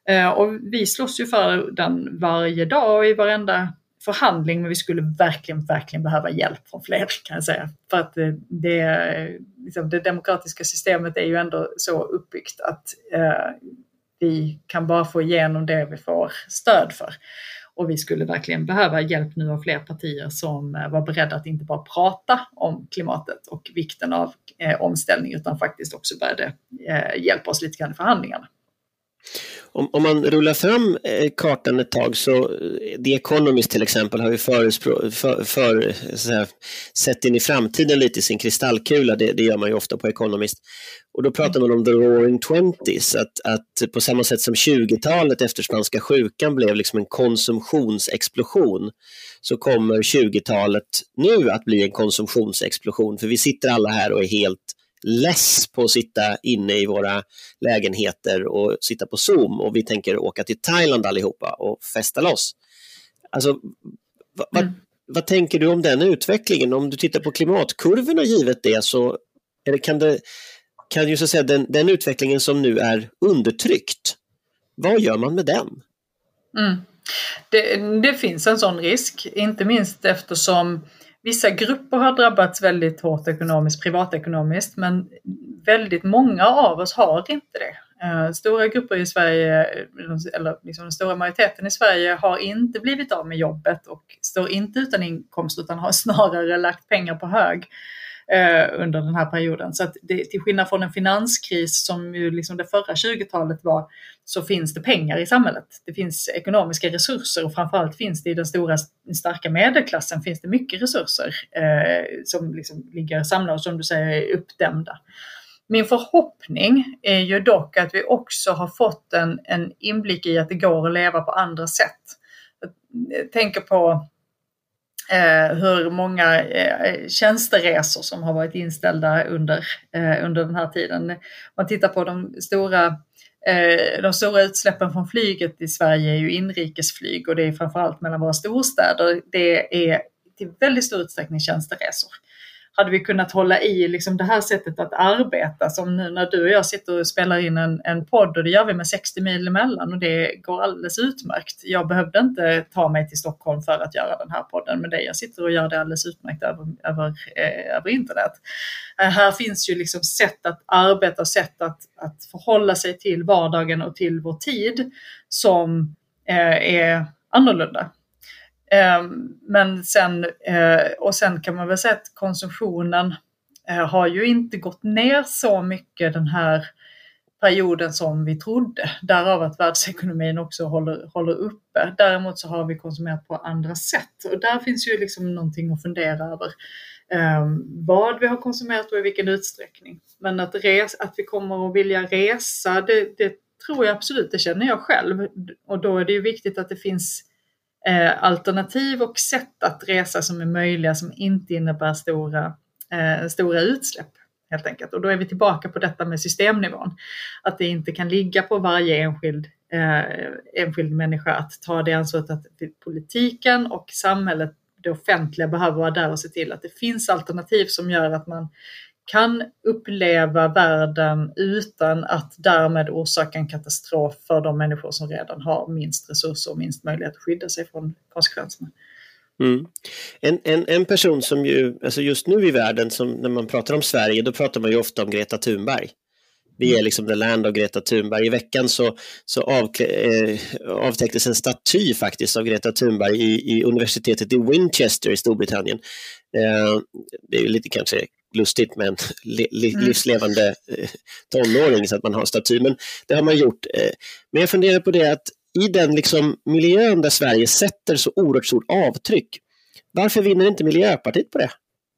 Och vi slåss ju för den varje dag och i varenda förhandling, men vi skulle verkligen, verkligen behöva hjälp från fler, kan jag säga. För att det, liksom, det demokratiska systemet är ju ändå så uppbyggt att eh, vi kan bara få igenom det vi får stöd för. Och vi skulle verkligen behöva hjälp nu av fler partier som var beredda att inte bara prata om klimatet och vikten av eh, omställning, utan faktiskt också började eh, hjälpa oss lite grann i förhandlingarna. Om, om man rullar fram eh, kartan ett tag, så The Economist till exempel har ju för, för, för, så här, sett in i framtiden lite i sin kristallkula, det, det gör man ju ofta på Economist. Och då pratar man om the roaring twenties, att, att på samma sätt som tjugotalet efter spanska sjukan blev liksom en konsumtionsexplosion, så kommer tjugotalet nu att bli en konsumtionsexplosion, för vi sitter alla här och är helt less på att sitta inne i våra lägenheter och sitta på Zoom, och vi tänker åka till Thailand allihopa och festa loss. Alltså, va, va, mm. vad tänker du om den utvecklingen? Om du tittar på klimatkurvorna givet det, så är det, kan, det, kan ju så att säga den, den utvecklingen som nu är undertryckt, vad gör man med den? Mm. Det, det finns en sån risk, inte minst eftersom vissa grupper har drabbats väldigt hårt ekonomiskt, privatekonomiskt, men väldigt många av oss har inte det. Stora grupper i Sverige, eller liksom den stora majoriteten i Sverige, har inte blivit av med jobbet och står inte utan inkomst, utan har snarare lagt pengar på hög under den här perioden. Så att det, till skillnad från en finanskris som ju liksom det förra tjugotalet var, så finns det pengar i samhället. Det finns ekonomiska resurser, och framförallt finns det i den stora starka medelklassen finns det mycket resurser eh, som liksom ligger samlade och som du säger är uppdämda. Min förhoppning är ju dock att vi också har fått en, en inblick i att det går att leva på andra sätt. Jag tänker på Eh, hur många eh, tjänsteresor som har varit inställda under, eh, under den här tiden. Man tittar på de stora, eh, de stora utsläppen från flyget i Sverige är ju inrikesflyg, och det är framförallt mellan våra storstäder. Det är till väldigt stor utsträckning tjänsteresor. Hade vi kunnat hålla i liksom det här sättet att arbeta, som nu när du och jag sitter och spelar in en, en podd, och det gör vi med sextio mil emellan, och det går alldeles utmärkt. Jag behövde inte ta mig till Stockholm för att göra den här podden med dig. Jag sitter och gör det alldeles utmärkt över, över, eh, över internet. Eh, här finns ju liksom sätt att arbeta och sätt att, att förhålla sig till vardagen och till vår tid som eh, är annorlunda. Men sen, och sen kan man väl säga att konsumtionen har ju inte gått ner så mycket den här perioden som vi trodde. Därav att världsekonomin också håller, håller uppe. Däremot så har vi konsumerat på andra sätt. Och där finns ju liksom någonting att fundera över. Vad vi har konsumerat och i vilken utsträckning. Men att, res, att vi kommer att vilja resa, det, det tror jag absolut, det känner jag själv. Och då är det ju viktigt att det finns alternativ och sätt att resa som är möjliga, som inte innebär stora, eh, stora utsläpp helt enkelt. Och då är vi tillbaka på detta med systemnivån. Att det inte kan ligga på varje enskild, eh, enskild människa att ta det ansvaret, att politiken och samhället, det offentliga, behöver vara där och se till att det finns alternativ som gör att man kan uppleva världen utan att därmed orsaka en katastrof för de människor som redan har minst resurser och minst möjlighet att skydda sig från konsekvenserna. Mm. En, en, en person som ju, alltså just nu i världen, som när man pratar om Sverige, då pratar man ju ofta om Greta Thunberg. Vi är liksom the land av Greta Thunberg. I veckan så, så av, eh, avtäcktes en staty faktiskt av Greta Thunberg i, i universitetet i Winchester i Storbritannien. Eh, det är ju lite kanske lustigt med en li, li, livslevande eh, tonåring så att man har en staty, men det har man gjort. Eh, men jag funderar på det, att i den liksom miljön där Sverige sätter så oerhört stort avtryck, varför vinner inte Miljöpartiet på det?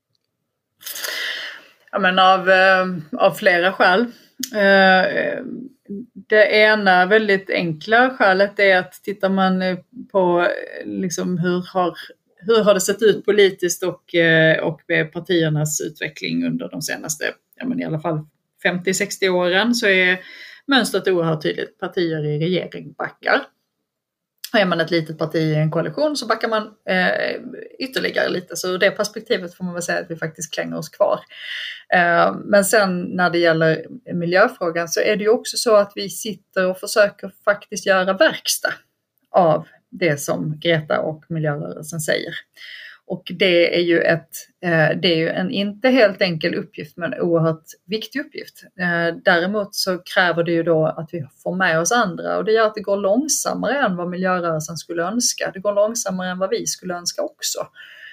Ja, men av, eh, av flera skäl. Eh, det ena väldigt enkla skälet är att tittar man på liksom hur har hur har det sett ut politiskt och, och med partiernas utveckling under de senaste, ja men i alla fall femtio till sextio åren, så är mönstret oerhört tydligt. Partier i regering backar. är man ett litet parti i en koalition så backar man eh, ytterligare lite. Så ur det perspektivet får man väl säga att vi faktiskt klänger oss kvar. Eh, men sen när det gäller miljöfrågan så är det ju också så att vi sitter och försöker faktiskt göra verkstad av det som Greta och miljörörelsen säger. Och det är ju, ett, det är ju en inte helt enkel uppgift men en oerhört viktig uppgift. Däremot så kräver det ju då att vi får med oss andra och det gör att det går långsammare än vad miljörörelsen skulle önska. Det går långsammare än vad vi skulle önska också.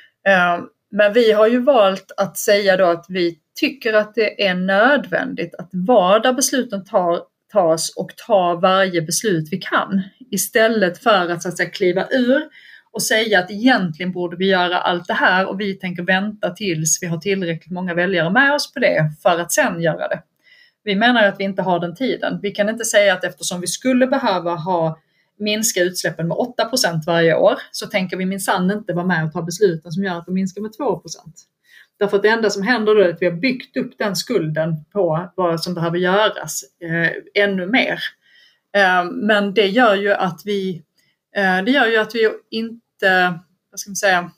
Men vi har ju valt att säga då att vi tycker att det är nödvändigt att var där besluten tar, tas och ta varje beslut vi kan istället för att så att säga kliva ur och säga att egentligen borde vi göra allt det här och vi tänker vänta tills vi har tillräckligt många väljare med oss på det för att sen göra det. Vi menar att vi inte har den tiden. Vi kan inte säga att eftersom vi skulle behöva ha minska utsläppen med åtta procent varje år så tänker vi minsann inte vara med och ta besluten som gör att de minskar med två procent. Därför att det enda som händer då är att vi har byggt upp den skulden på vad som behöver göras eh, ännu mer. Eh, men det gör ju att vi eh, det gör ju att vi inte vad ska man säga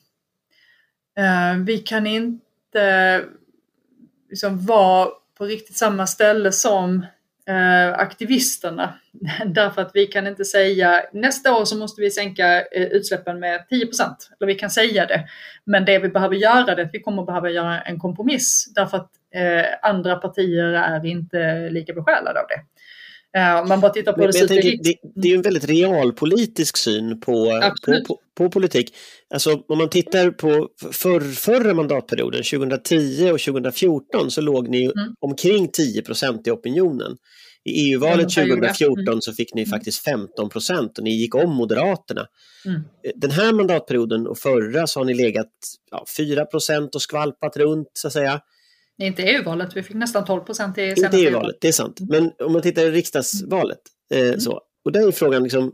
eh, vi kan inte liksom vara på riktigt samma ställe som eh, aktivisterna därför att vi kan inte säga nästa år så måste vi sänka eh, utsläppen med tio procent eller vi kan säga det men det vi behöver göra det är att vi kommer behöva göra en kompromiss därför att eh, andra partier är inte lika besjälade av det. Uh, man bara tittar på men, det, men tänker, det, det är ju en väldigt realpolitisk syn på, på, på, på politik. Alltså om man tittar på för, förra mandatperioden tjugohundratio och tjugohundrafjorton så låg ni mm. omkring tio procent i opinionen. I E U-valet tjugohundrafjorton mm. så fick ni faktiskt femton procent och ni gick om Moderaterna. Mm. Den här mandatperioden och förra så har ni legat ja, fyra procent och skvalpat runt så att säga. Det är inte E U-valet, vi fick nästan tolv procent i senaste E U-valet, det är sant. Men om man tittar i riksdagsvalet eh, mm. så, och där är frågan liksom,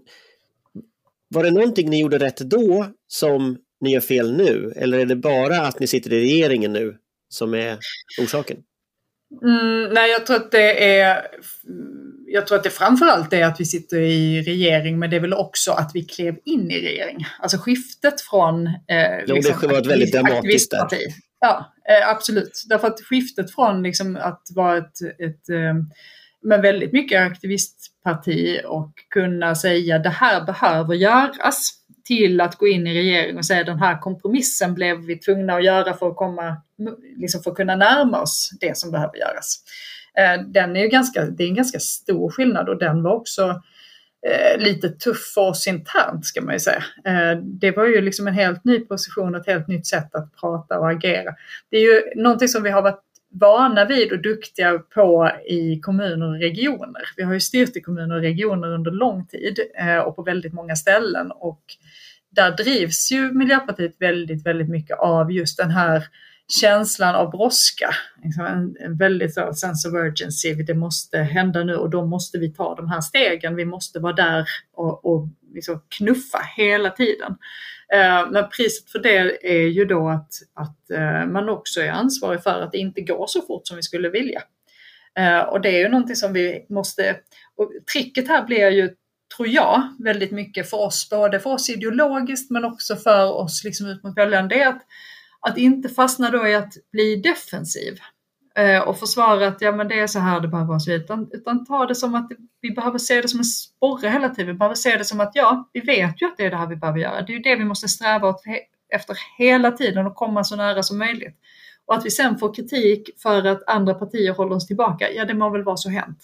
var det någonting ni gjorde rätt då som ni gör fel nu? Eller är det bara att ni sitter i regeringen nu som är orsaken? Mm, nej, jag tror att det är jag tror att det framförallt är att vi sitter i regering, men det är väl också att vi klev in i regering. Alltså skiftet från eh, jo, liksom, det var ett väldigt dramatiskt där. Ja, eh, absolut. Därför att skiftet från liksom, att vara ett, ett eh, med väldigt mycket aktivistparti och kunna säga det här behöver göras till att gå in i regering och säga den här kompromissen blev vi tvungna att göra för att komma, liksom för att kunna närma oss det som behöver göras. Eh, den är ju ganska, det är en ganska stor skillnad och den var också eh, lite tuff för oss internt ska man ju säga. Eh, det var ju liksom en helt ny position, ett helt nytt sätt att prata och agera. Det är ju någonting som vi har varit vana vid och duktiga på i kommuner och regioner. Vi har ju styrt i kommuner och regioner under lång tid eh, och på väldigt många ställen och där drivs ju Miljöpartiet väldigt, väldigt mycket av just den här känslan av brådska. En, en väldigt så, sense of urgency, det måste hända nu och då måste vi ta de här stegen. Vi måste vara där och, och liksom knuffa hela tiden. Eh, men priset för det är ju då att, att eh, man också är ansvarig för att det inte går så fort som vi skulle vilja. Eh, och det är ju någonting som vi måste, och tricket här blir ju, tror jag, väldigt mycket för oss, både för oss ideologiskt men också för oss liksom ut mot väljarna, det är att, att inte fastna då i att bli defensiv eh, och försvara att ja, men det är så här det behöver vara så, utan, utan ta det som att vi behöver se det som en sporre hela tiden. Vi behöver se det som att ja, vi vet ju att det är det här vi behöver göra. Det är ju det vi måste sträva åt he- efter hela tiden och komma så nära som möjligt. Och att vi sen får kritik för att andra partier håller oss tillbaka, ja det må väl vara så hänt.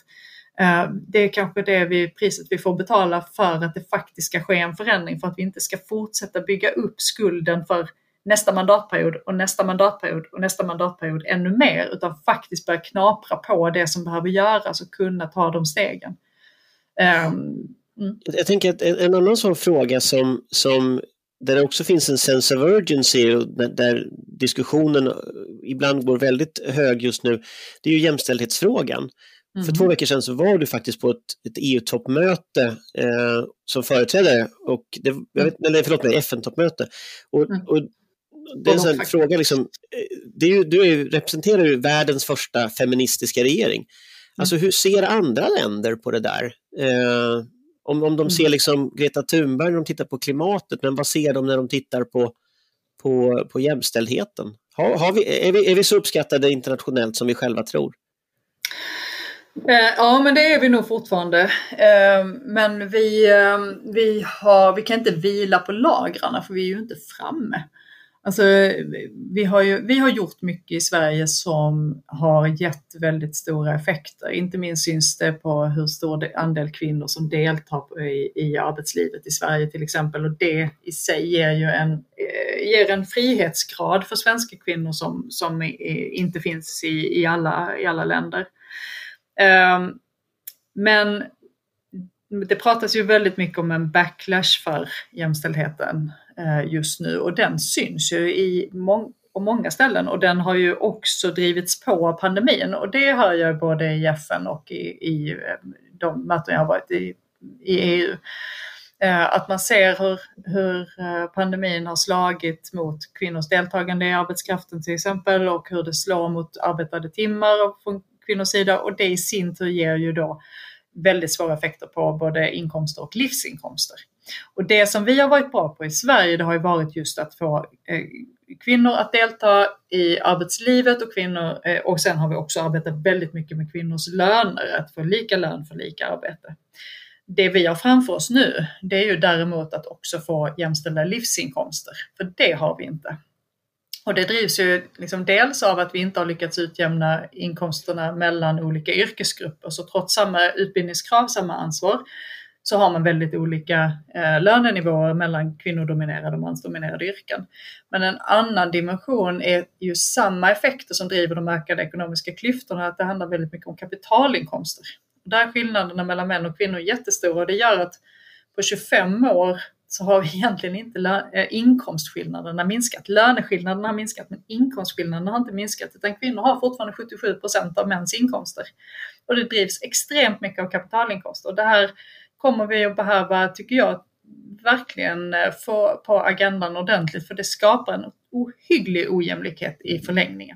Det är kanske det vi, priset vi får betala för att det faktiskt ska ske en förändring, för att vi inte ska fortsätta bygga upp skulden för nästa mandatperiod och nästa mandatperiod och nästa mandatperiod ännu mer, utan faktiskt börja knapra på det som behöver göras och kunna ta de stegen. Mm. Jag tänker att en, en annan sån fråga som, som där det också finns en sense of urgency och där, där diskussionen ibland går väldigt hög just nu, det är ju jämställdhetsfrågan. Mm. För två veckor sedan så var du faktiskt på ett, ett E U-toppmöte eh, som företrädare och det, jag vet, eller förlåt mig, F N-toppmöte och, mm. och det är en sån fråga liksom, det är ju, du är, representerar ju världens första feministiska regering. Mm. Alltså hur ser andra länder på det där? Eh, Om, om de ser liksom Greta Thunberg när de tittar på klimatet, men vad ser de när de tittar på, på, på jämställdheten? Har, har vi, är, vi, är vi så uppskattade internationellt som vi själva tror? Ja, men det är vi nog fortfarande. Men vi, vi, har, vi kan inte vila på lagrarna, för vi är ju inte framme. Alltså, vi, har ju, vi har gjort mycket i Sverige som har gett väldigt stora effekter. Inte minst syns det på hur stor andel kvinnor som deltar i, i arbetslivet i Sverige till exempel. Och det i sig ger ju en, ger en frihetsgrad för svenska kvinnor som, som inte finns i, i, alla, i alla länder. Um, men det pratas ju väldigt mycket om en backlash för jämställdheten uh, just nu, och den syns ju i må- på många ställen, och den har ju också drivits på av pandemin, och det hör jag både i F N och i, i de möten jag har varit i, i E U. Uh, att man ser hur, hur pandemin har slagit mot kvinnors deltagande i arbetskraften till exempel, och hur det slår mot arbetade timmar från kvinnors sida, och det i sin tur ger ju då väldigt svåra effekter på både inkomster och livsinkomster. Och det som vi har varit bra på i Sverige, det har ju varit just att få eh, kvinnor att delta i arbetslivet, och kvinnor eh, och sen har vi också arbetat väldigt mycket med kvinnors löner, att få lika lön för lika arbete. Det vi har framför oss nu, det är ju däremot att också få jämställda livsinkomster, för det har vi inte. Och det drivs ju liksom dels av att vi inte har lyckats utjämna inkomsterna mellan olika yrkesgrupper. Så trots samma utbildningskrav, samma ansvar, så har man väldigt olika eh, lönenivåer mellan kvinnodominerade och mansdominerade yrken. Men en annan dimension är ju samma effekter som driver de ökade ekonomiska klyftorna, att det handlar väldigt mycket om kapitalinkomster. Och där är skillnaderna mellan män och kvinnor jättestora, och det gör att på tjugofem år så har vi egentligen inte lö- inkomstskillnaderna minskat. Löneskillnaderna har minskat, men inkomstskillnaderna har inte minskat, utan kvinnor har fortfarande sjuttiosju procent av mäns inkomster. Och det drivs extremt mycket av kapitalinkomster. Och det här kommer vi att behöva, tycker jag, verkligen få på agendan ordentligt, för det skapar en ohygglig ojämlikhet i förlängningen.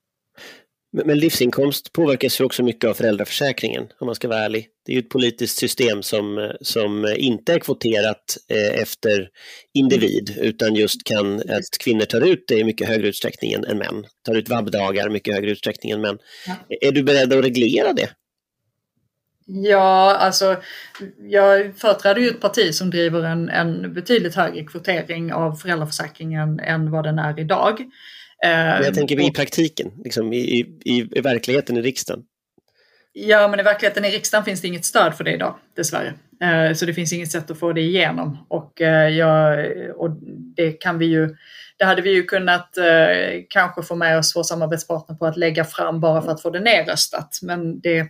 Men livsinkomst påverkas ju också mycket av föräldraförsäkringen, om man ska vara ärlig. Det är ju ett politiskt system som, som inte är kvoterat eh, efter individ, utan just kan att kvinnor tar ut det i mycket högre utsträckning än män. Tar ut vabbdagar i mycket högre utsträckning än män. Ja. Är du beredd att reglera det? Ja, alltså jag företräder ju ett parti som driver en, en betydligt högre kvotering av föräldraförsäkringen än vad den är idag. Men jag tänker vi i praktiken, liksom, i, i, i verkligheten i riksdagen. Ja, men i verkligheten i riksdagen finns det inget stöd för det idag, dessvärre. Så det finns inget sätt att få det igenom. Och, jag, och det kan vi ju, det hade vi ju kunnat kanske få med oss vår samarbetspartner på att lägga fram bara för att få det nedröstat. Men det,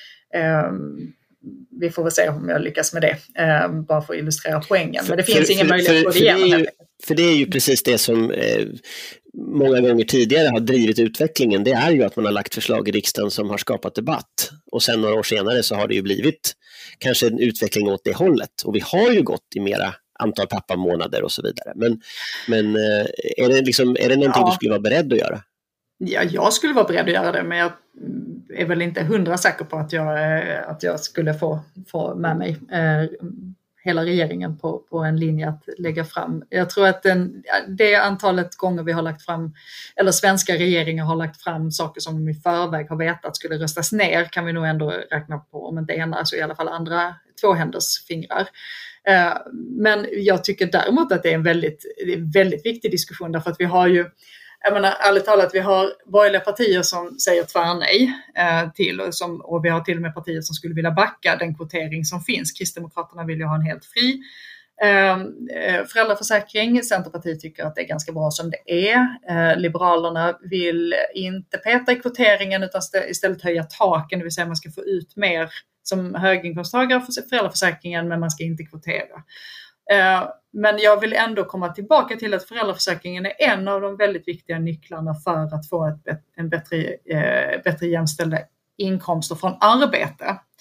vi får väl se om jag lyckas med det, bara för att illustrera poängen. Men det finns för, ingen för, möjlighet att få det igenom. Det ju, för det är ju precis det som eh, många gånger tidigare har drivit utvecklingen. Det är ju att man har lagt förslag i riksdagen som har skapat debatt. Och sen några år senare så har det ju blivit kanske en utveckling åt det hållet. Och vi har ju gått i mera antal pappamånader och så vidare. Men, men eh, är, det liksom, är det någonting ja. du skulle vara beredd att göra? Ja, jag skulle vara beredd att göra det, men jag är väl inte hundra säker på att jag, att jag skulle få, få med mig eh, hela regeringen på, på en linje att lägga fram. Jag tror att den, det antalet gånger vi har lagt fram, eller svenska regeringar har lagt fram saker som vi i förväg har vetat skulle röstas ner, kan vi nog ändå räkna på, om inte ena så i alla fall andra tvåhänders fingrar. Men jag tycker däremot att det är en väldigt, väldigt viktig diskussion, därför att vi har ju, jag menar, ärligt talat, vi har borgerliga partier som säger tvärnej eh, till, och, som, och vi har till och med partier som skulle vilja backa den kvotering som finns. Kristdemokraterna vill ju ha en helt fri eh, föräldraförsäkring. Centerpartiet tycker att det är ganska bra som det är. Eh, Liberalerna vill inte peta i kvoteringen utan istället höja taken, det vill säga man ska få ut mer som höginkomsttagare för föräldraförsäkringen, men man ska inte kvotera. Men jag vill ändå komma tillbaka till att föräldraförsäkringen är en av de väldigt viktiga nycklarna för att få ett, en bättre, bättre jämställda inkomster från arbete.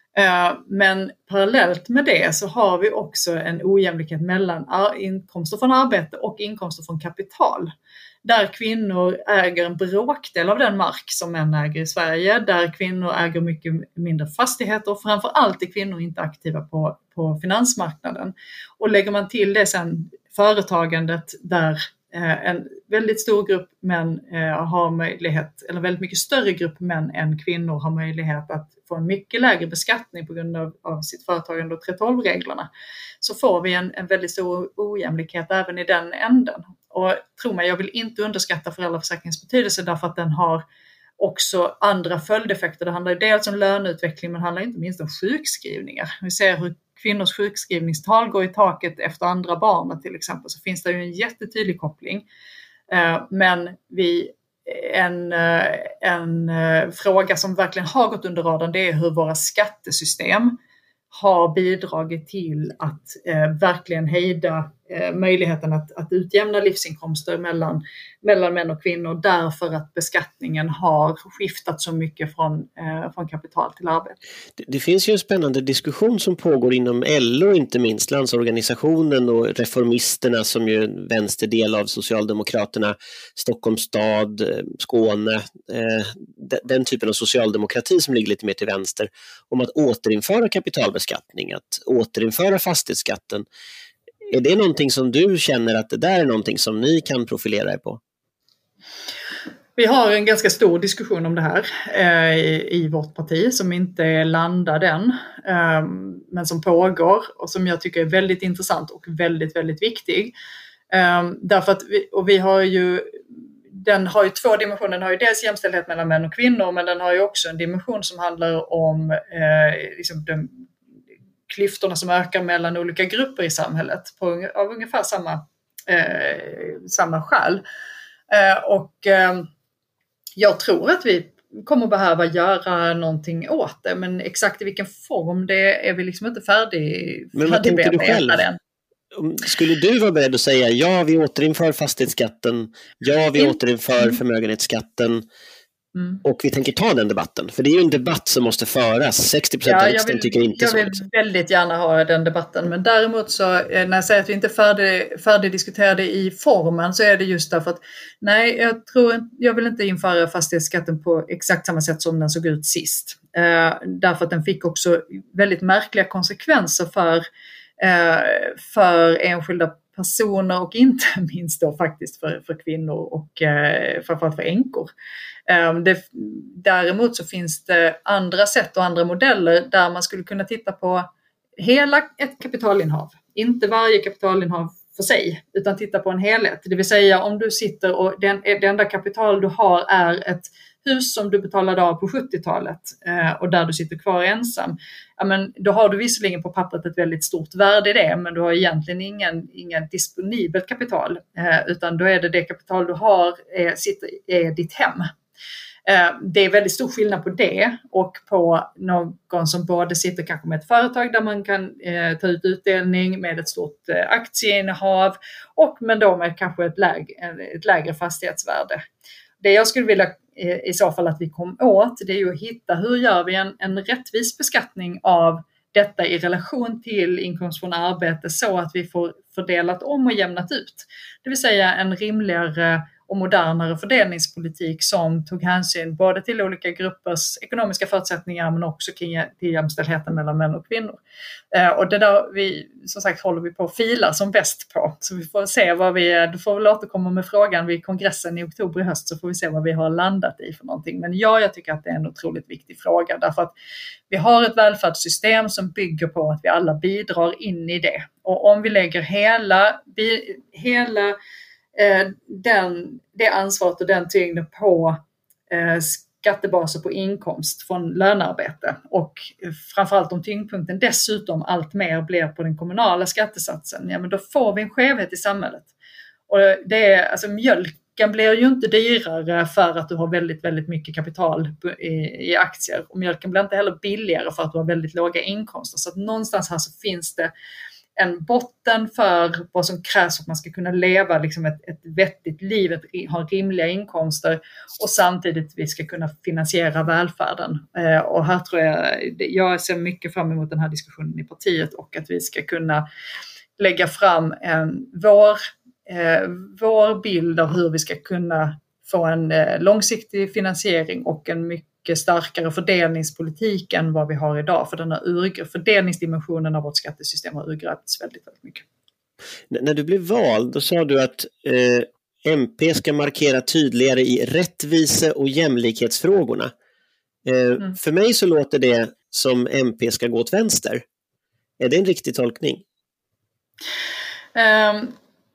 Men parallellt med det så har vi också en ojämlikhet mellan inkomster från arbete och inkomster från kapital. Där kvinnor äger en bråkdel av den mark som män äger i Sverige. Där kvinnor äger mycket mindre fastigheter och framförallt är kvinnor inte aktiva på, på finansmarknaden. Och lägger man till det sen företagandet där en väldigt stor grupp män har möjlighet, eller väldigt mycket större grupp män än kvinnor har möjlighet att få en mycket lägre beskattning på grund av, av sitt företagande och tre tolv-reglerna, så får vi en, en väldigt stor ojämlikhet även i den änden. Och tro mig, jag vill inte underskatta föräldraförsäkringens betydelse därför att den har också andra följdeffekter. Det handlar dels om löneutveckling men det handlar inte minst om sjukskrivningar. Vi ser hur kvinnors sjukskrivningstal går i taket efter andra barnet till exempel, så finns det ju en jättetydlig koppling. Men vi, en, en fråga som verkligen har gått under radarn, det är hur våra skattesystem har bidragit till att eh, verkligen hejda eh, möjligheten att, att utjämna livsinkomster mellan, mellan män och kvinnor, därför att beskattningen har skiftat så mycket från, eh, från kapital till arbete. Det, det finns ju en spännande diskussion som pågår inom L O, inte minst Landsorganisationen och Reformisterna som ju är en vänsterdel av Socialdemokraterna, Stockholms stad, Skåne, eh, de, den typen av socialdemokrati som ligger lite mer till vänster, om att återinföra kapitalbeskattning, att återinföra fastighetsskatten. Är det någonting som du känner att det där är någonting som ni kan profilera er på? Vi har en ganska stor diskussion om det här eh, i, i vårt parti som inte är landad än, eh, men som pågår och som jag tycker är väldigt intressant och väldigt, väldigt viktig. Eh, därför att vi, och vi har ju, den har ju två dimensioner. Den har ju dels jämställdhet mellan män och kvinnor, men den har ju också en dimension som handlar om eh, liksom den, klyftorna som ökar mellan olika grupper i samhället på, av ungefär samma, eh, samma skäl. Eh, och eh, jag tror att vi kommer behöva göra någonting åt det, men exakt i vilken form det är vi liksom inte färdig. Men vad tänker du själv? Den. Skulle du vara beredd att säga ja, vi återinför fastighetsskatten, ja, vi mm. återinför förmögenhetsskatten, mm. och vi tänker ta den debatten? För det är ju en debatt som måste föras. sextio procent ja, av riksdagen tycker inte jag så. Jag vill liksom. väldigt gärna ha den debatten, men däremot så när jag säger att vi inte är färdig, färdigdiskuterade i formen, så är det just därför att nej, jag tror jag vill inte införa fastighetsskatten på exakt samma sätt som den såg ut sist. Eh, därför att den fick också väldigt märkliga konsekvenser för för enskilda personer och inte minst då faktiskt för, för kvinnor och eh, framförallt för änkor. Eh, det, däremot så finns det andra sätt och andra modeller där man skulle kunna titta på hela ett kapitalinnehav. Inte varje kapitalinnehav för sig, utan titta på en helhet. Det vill säga om du sitter och den, det enda kapital du har är ett hus som du betalade av på sjuttiotalet eh, och där du sitter kvar ensam. Ja, men då har du visserligen på pappret ett väldigt stort värde i det, men du har egentligen ingen, ingen disponibelt kapital, eh, utan då är det det kapital du har är, sitter, är ditt hem. Eh, det är väldigt stor skillnad på det och på någon som både sitter kanske med ett företag där man kan eh, ta ut utdelning med ett stort eh, aktieinnehav och men då med kanske ett lägre, ett lägre fastighetsvärde. Det jag skulle vilja i så fall att vi kom åt, det är ju att hitta hur gör vi en, en rättvis beskattning av detta i relation till inkomst från arbete så att vi får fördelat om och jämnat ut. Det vill säga en rimligare och modernare fördelningspolitik som tog hänsyn både till olika gruppers ekonomiska förutsättningar men också till jämställdheten mellan män och kvinnor. Eh, och det där vi, som sagt, håller vi på att fila som bäst på. Så vi får se vad vi, du får väl återkomma med frågan vid kongressen i oktober i höst, så får vi se vad vi har landat i för någonting. Men ja, jag tycker att det är en otroligt viktig fråga därför att vi har ett välfärdssystem som bygger på att vi alla bidrar in i det. Och om vi lägger hela, hela Den, det ansvaret och den tyngden på eh, skattebaser på inkomst från lönearbete och framförallt om tyngdpunkten dessutom allt mer blir på den kommunala skattesatsen, ja men då får vi en skevhet i samhället. Och det är, alltså mjölken blir ju inte dyrare för att du har väldigt, väldigt mycket kapital i, i aktier och mjölken blir inte heller billigare för att du har väldigt låga inkomster, så att någonstans här så finns det en botten för vad som krävs för att man ska kunna leva liksom ett, ett vettigt liv, ett, ha rimliga inkomster och samtidigt vi ska kunna finansiera välfärden. Eh, och här tror jag, jag ser mycket fram emot den här diskussionen i partiet och att vi ska kunna lägga fram en, vår, eh, vår bild av hur vi ska kunna få en eh, långsiktig finansiering och en mycket starkare fördelningspolitik än vad vi har idag. För den här ur, fördelningsdimensionen av vårt skattesystem har urgröpts väldigt, väldigt mycket. N- när du blev vald, då sa du att eh, M P ska markera tydligare i rättvise- och jämlikhetsfrågorna. Eh, mm. För mig så låter det som M P ska gå åt vänster. Är det en riktig tolkning? Um...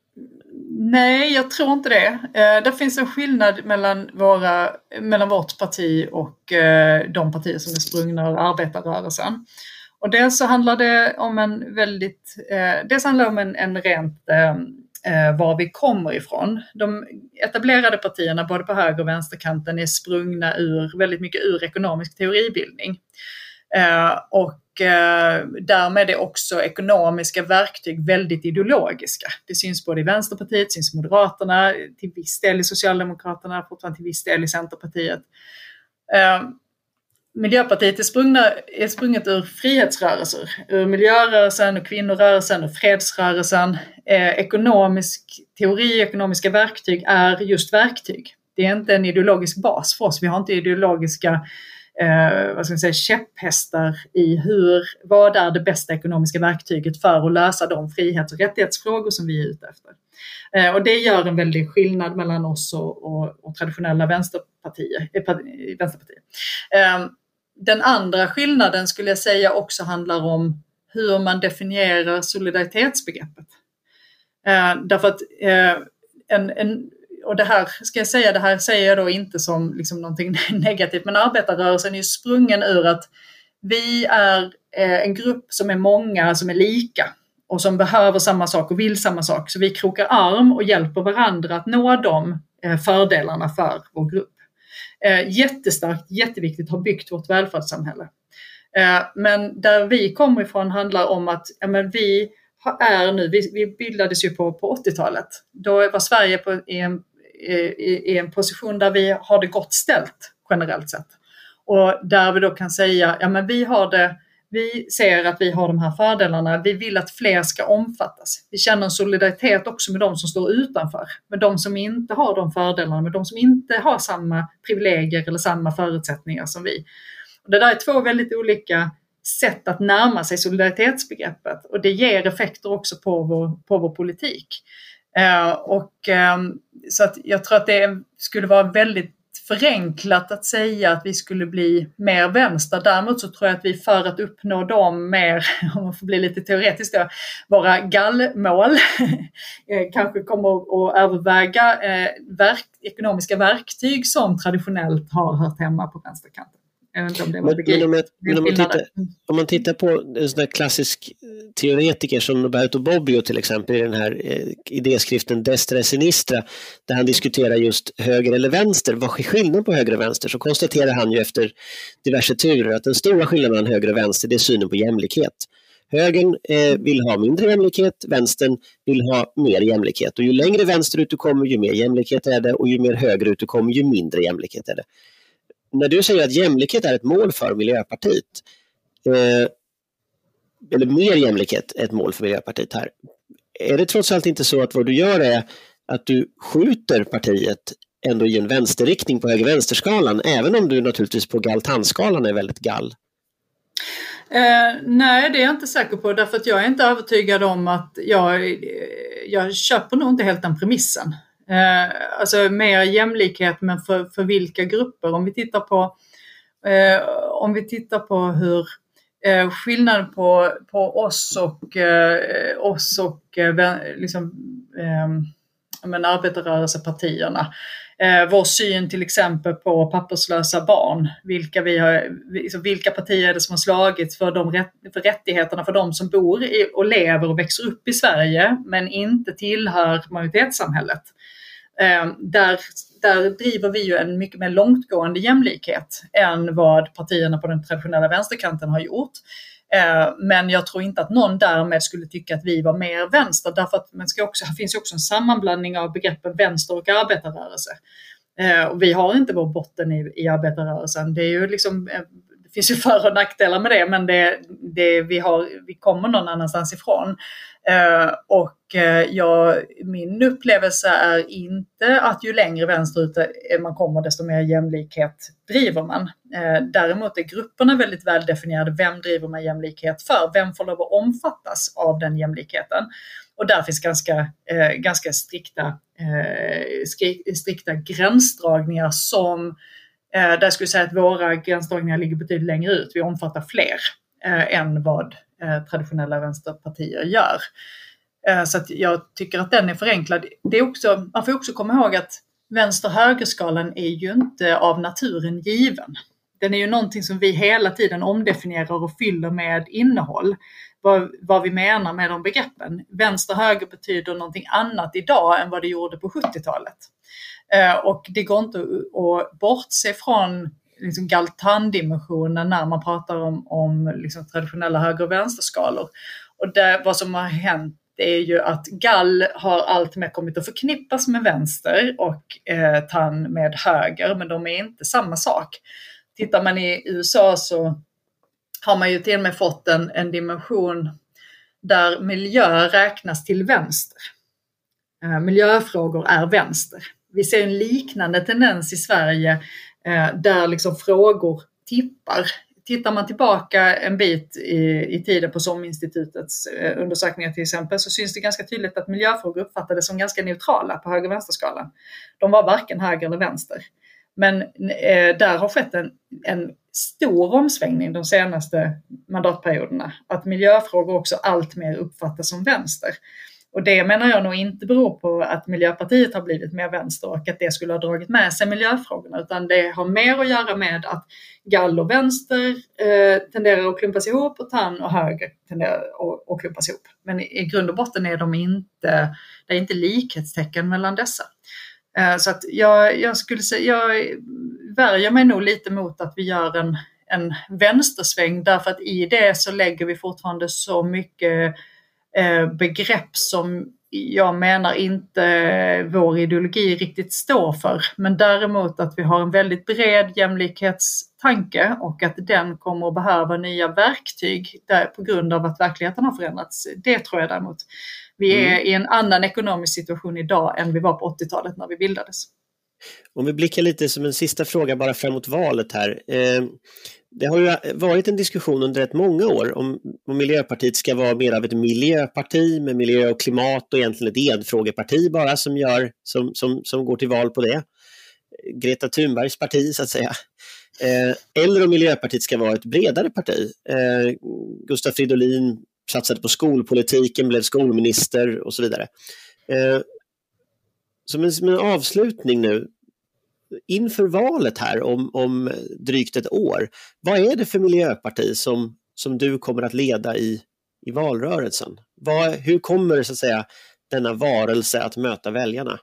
Nej, jag tror inte det. Eh, det finns en skillnad mellan, våra, mellan vårt parti och eh, de partier som är sprungna ur arbetarrörelsen. Och dels så handlar det om en väldigt, eh, dels handlar det om en, en rent eh, var vi kommer ifrån. De etablerade partierna både på höger och vänsterkanten är sprungna ur väldigt mycket ur ekonomisk teoribildning. Eh, och eh, därmed är också ekonomiska verktyg väldigt ideologiska. Det syns både i Vänsterpartiet, syns i Moderaterna, till viss del i Socialdemokraterna, fortfarande till viss del i Centerpartiet. Eh, Miljöpartiet är, sprungna, är sprunget ur frihetsrörelser, ur miljörörelsen och kvinnorörelsen och fredsrörelsen. Eh, ekonomisk teori, ekonomiska verktyg är just verktyg. Det är inte en ideologisk bas för oss. Vi har inte ideologiska Eh, vad ska jag säga, käpphästar i hur, vad är det bästa ekonomiska verktyget för att lösa de frihets- och rättighetsfrågor som vi är ute efter. Eh, och det gör en väldig skillnad mellan oss och, och, och traditionella vänsterpartier. Eh, vänsterpartier. Eh, den andra skillnaden skulle jag säga också handlar om hur man definierar solidaritetsbegreppet. Eh, därför att eh, en, en Och det här ska jag säga, det här säger jag då inte som liksom någonting negativt, men arbetarrörelsen är ju sprungen ur att vi är en grupp som är många, som är lika och som behöver samma sak och vill samma sak. Så vi krokar arm och hjälper varandra att nå de fördelarna för vår grupp. Jättestarkt, jätteviktigt, har byggt vårt välfärdssamhälle. Men där vi kommer ifrån handlar om att ja, men vi är nu, vi, vi bildades ju på, på åttiotalet. Då var Sverige på, i, en, i, i en position där vi har det gott ställt generellt sett. Och där vi då kan säga, ja men vi har det, vi ser att vi har de här fördelarna, vi vill att fler ska omfattas. Vi känner en solidaritet också med de som står utanför, med de som inte har de fördelarna, med de som inte har samma privilegier eller samma förutsättningar som vi. Och det där är två väldigt olika sätt att närma sig solidaritetsbegreppet och det ger effekter också på vår, på vår politik. Eh, och, eh, så att jag tror att det skulle vara väldigt förenklat att säga att vi skulle bli mer vänster. Däremot så tror jag att vi för att uppnå dem mer, om man får bli lite teoretiskt då, våra gallmål kanske kommer att överväga eh, verk, ekonomiska verktyg som traditionellt har hört hemma på vänsterkanten. Men, men, om, jag, men om, man tittar, om man tittar på en sån där klassisk teoretiker som Roberto Bobbio till exempel i den här eh, idéskriften Destra Sinistra, där han diskuterar just höger eller vänster, vad är skillnaden på höger och vänster, så konstaterar han ju efter diverse turer att den stora skillnaden mellan höger och vänster, det är synen på jämlikhet. Högern eh, vill ha mindre jämlikhet, vänstern vill ha mer jämlikhet, och ju längre vänsterut du kommer ju mer jämlikhet är det, och ju mer högerut du kommer ju mindre jämlikhet är det. När du säger att jämlikhet är ett mål för Miljöpartiet, eh, eller mer jämlikhet är ett mål för Miljöpartiet här, är det trots allt inte så att vad du gör är att du skjuter partiet ändå i en vänsterriktning på höger-vänsterskalan, även om du naturligtvis på galtanskalan är väldigt gall? Eh, nej, det är jag inte säker på, därför att jag är inte övertygad om att jag, jag köper nog inte helt den premissen. Eh, alltså mer jämlikhet, men för, för vilka grupper? Om vi tittar på, eh, om vi tittar på hur eh, skillnaden på, på oss och, eh, oss och eh, liksom, eh, men arbetarrörelsepartierna. Eh, vår syn till exempel på papperslösa barn. Vilka, vi har, vilka partier är det som har slagit för, de rätt, för rättigheterna för de som bor i, och lever och växer upp i Sverige men inte tillhör majoritetssamhället. Eh, där, där driver vi ju en mycket mer långtgående jämlikhet än vad partierna på den traditionella vänsterkanten har gjort. Men jag tror inte att någon därmed skulle tycka att vi var mer vänster, därför att man ska också, här finns ju också en sammanblandning av begreppen vänster och arbetarrörelse. Och vi har inte vår botten i, i arbetarrörelsen. Det är ju liksom, det finns ju för- och nackdelar med det, men det, det, vi, har, vi kommer någon annanstans ifrån. Och jag, min upplevelse är inte att ju längre vänsterut man kommer desto mer jämlikhet driver man. Däremot är grupperna väldigt väl definierade. Vem driver man jämlikhet för? Vem får lov att omfattas av den jämlikheten? Och där finns ganska, eh, ganska strikta, eh, strikta gränsdragningar som, eh, där skulle jag säga att våra gränsdragningar ligger betydligt längre ut. Vi omfattar fler eh, än vad eh, traditionella vänsterpartier gör. Eh, så att jag tycker att den är förenklad. Det är också, man får också komma ihåg att vänster-högerskalan är ju inte av naturen given. Den är ju någonting som vi hela tiden omdefinierar och fyller med innehåll. Vad, vad vi menar med de begreppen. Vänster och höger betyder någonting annat idag än vad det gjorde på sjuttiotalet. Eh, och det går inte att, att bortse från liksom Galtan-dimensionen när man pratar om, om liksom traditionella höger- och vänsterskalor. Och det, vad som har hänt är ju att gall har allt mer kommit att förknippas med vänster och eh, tann med höger, men de är inte samma sak. Tittar man i U S A så har man ju till och med fått en, en dimension där miljö räknas till vänster. Eh, miljöfrågor är vänster. Vi ser en liknande tendens i Sverige eh, där liksom frågor tippar. Tittar man tillbaka en bit i, i tiden på SOM-institutets eh, undersökningar till exempel, så syns det ganska tydligt att miljöfrågor uppfattades som ganska neutrala på höger-vänsterskalan. De var varken höger eller vänster. Men eh, där har skett en, en stor omsvängning de senaste mandatperioderna. Att miljöfrågor också allt mer uppfattas som vänster. Och det menar jag nog inte beror på att Miljöpartiet har blivit mer vänster och att det skulle ha dragit med sig miljöfrågorna. Utan det har mer att göra med att gall och vänster eh, tenderar att klumpas ihop och tann och höger tenderar att, att klumpas ihop. Men i, i grund och botten är de inte, det är inte likhetstecken mellan dessa. Så att jag, jag skulle säga, jag värjer mig nog lite mot att vi gör en, en vänstersväng, därför att i det så lägger vi fortfarande så mycket eh, begrepp som jag menar inte vår ideologi riktigt står för. Men däremot att vi har en väldigt bred jämlikhetstanke och att den kommer att behöva nya verktyg där, på grund av att verkligheten har förändrats. Det tror jag däremot. Vi är mm. i en annan ekonomisk situation idag än vi var på åttiotalet när vi bildades. Om vi blickar lite som en sista fråga bara framåt valet här. Eh, det har ju varit en diskussion under rätt många år om, om Miljöpartiet ska vara mer av ett miljöparti med miljö och klimat och egentligen ett enfrågeparti bara som, gör, som, som, som går till val på det. Greta Thunbergs parti så att säga. Eh, eller om Miljöpartiet ska vara ett bredare parti. Eh, Gustav Fridolin satsade på skolpolitiken, blev skolminister och så vidare. Eh, som, en, som en avslutning nu, inför valet här om, om drygt ett år, vad är det för miljöparti som, som du kommer att leda i, i valrörelsen? Vad, hur kommer så att säga denna varelse att möta väljarna?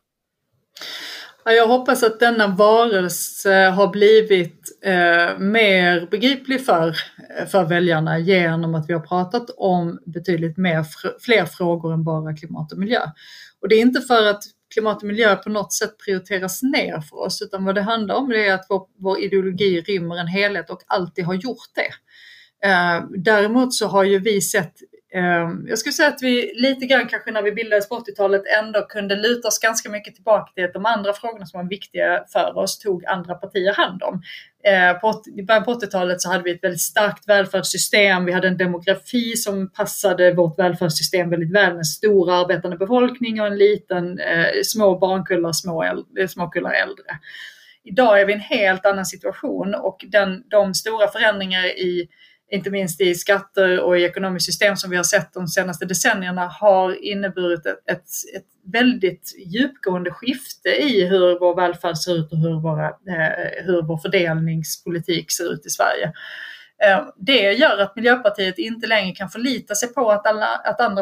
Jag hoppas att denna varelse har blivit eh, mer begriplig för, för väljarna genom att vi har pratat om betydligt mer, fler frågor än bara klimat och miljö. Och det är inte för att klimat och miljö på något sätt prioriteras ner för oss, utan vad det handlar om det är att vår, vår ideologi rymmer en helhet och alltid har gjort det. Eh, däremot så har ju vi sett, eh, jag skulle säga att vi lite grann kanske när vi bildades på åttiotalet ändå kunde luta oss ganska mycket tillbaka till att de andra frågorna som var viktiga för oss tog andra partier hand om. Eh, på, I början på åttiotalet så hade vi ett väldigt starkt välfärdssystem, vi hade en demografi som passade vårt välfärdssystem väldigt väl, en stor arbetande befolkning och en liten, eh, små barnkullar, små, äldre, små kullar äldre. Idag är vi i en helt annan situation och den, de stora förändringar i inte minst i skatter och i ekonomiskt system som vi har sett de senaste decennierna har inneburit ett, ett, ett väldigt djupgående skifte i hur vår välfärd ser ut och hur, våra, eh, hur vår fördelningspolitik ser ut i Sverige. Eh, det gör att Miljöpartiet inte längre kan förlita sig på att, alla, att andra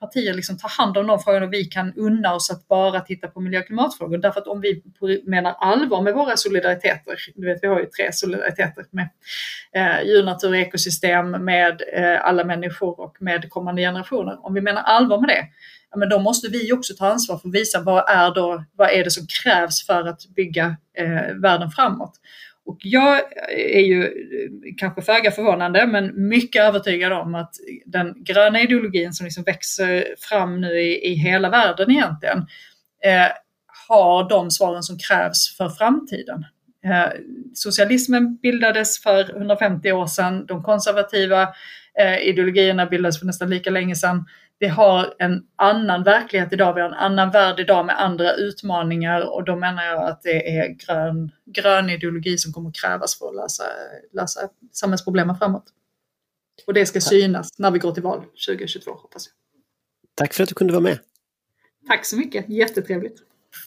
partier liksom tar hand om de frågorna och vi kan unna oss att bara titta på miljö- och klimatfrågor. Därför att om vi menar allvar med våra solidariteter, du vet vi har ju tre solidariteter med eh, djur, natur och ekosystem, med eh, alla människor och med kommande generationer. Om vi menar allvar med det, ja, men då måste vi också ta ansvar för att visa vad är, då, vad är det som krävs för att bygga eh, världen framåt. Och jag är ju kanske föga förvånande men mycket övertygad om att den gröna ideologin som liksom växer fram nu i, i hela världen egentligen eh, har de svaren som krävs för framtiden. Eh, socialismen bildades för hundrafemtio år sedan, de konservativa eh, ideologierna bildades för nästan lika länge sedan. Vi har en annan verklighet idag, vi har en annan värld idag med andra utmaningar och då menar jag att det är grön, grön ideologi som kommer att krävas för att lösa, lösa samhällsproblemen framåt. Och det ska synas när vi går till val tjugo tjugotvå, hoppas jag. Tack för att du kunde vara med. Tack så mycket, jättetrevligt.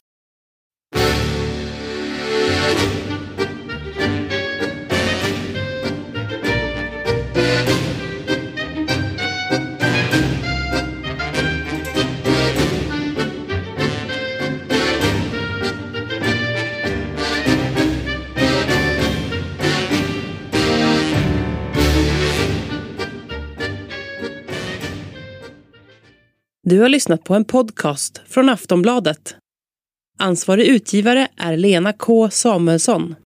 Du har lyssnat på en podcast från Aftonbladet. Ansvarig utgivare är Lena K. Samuelsson.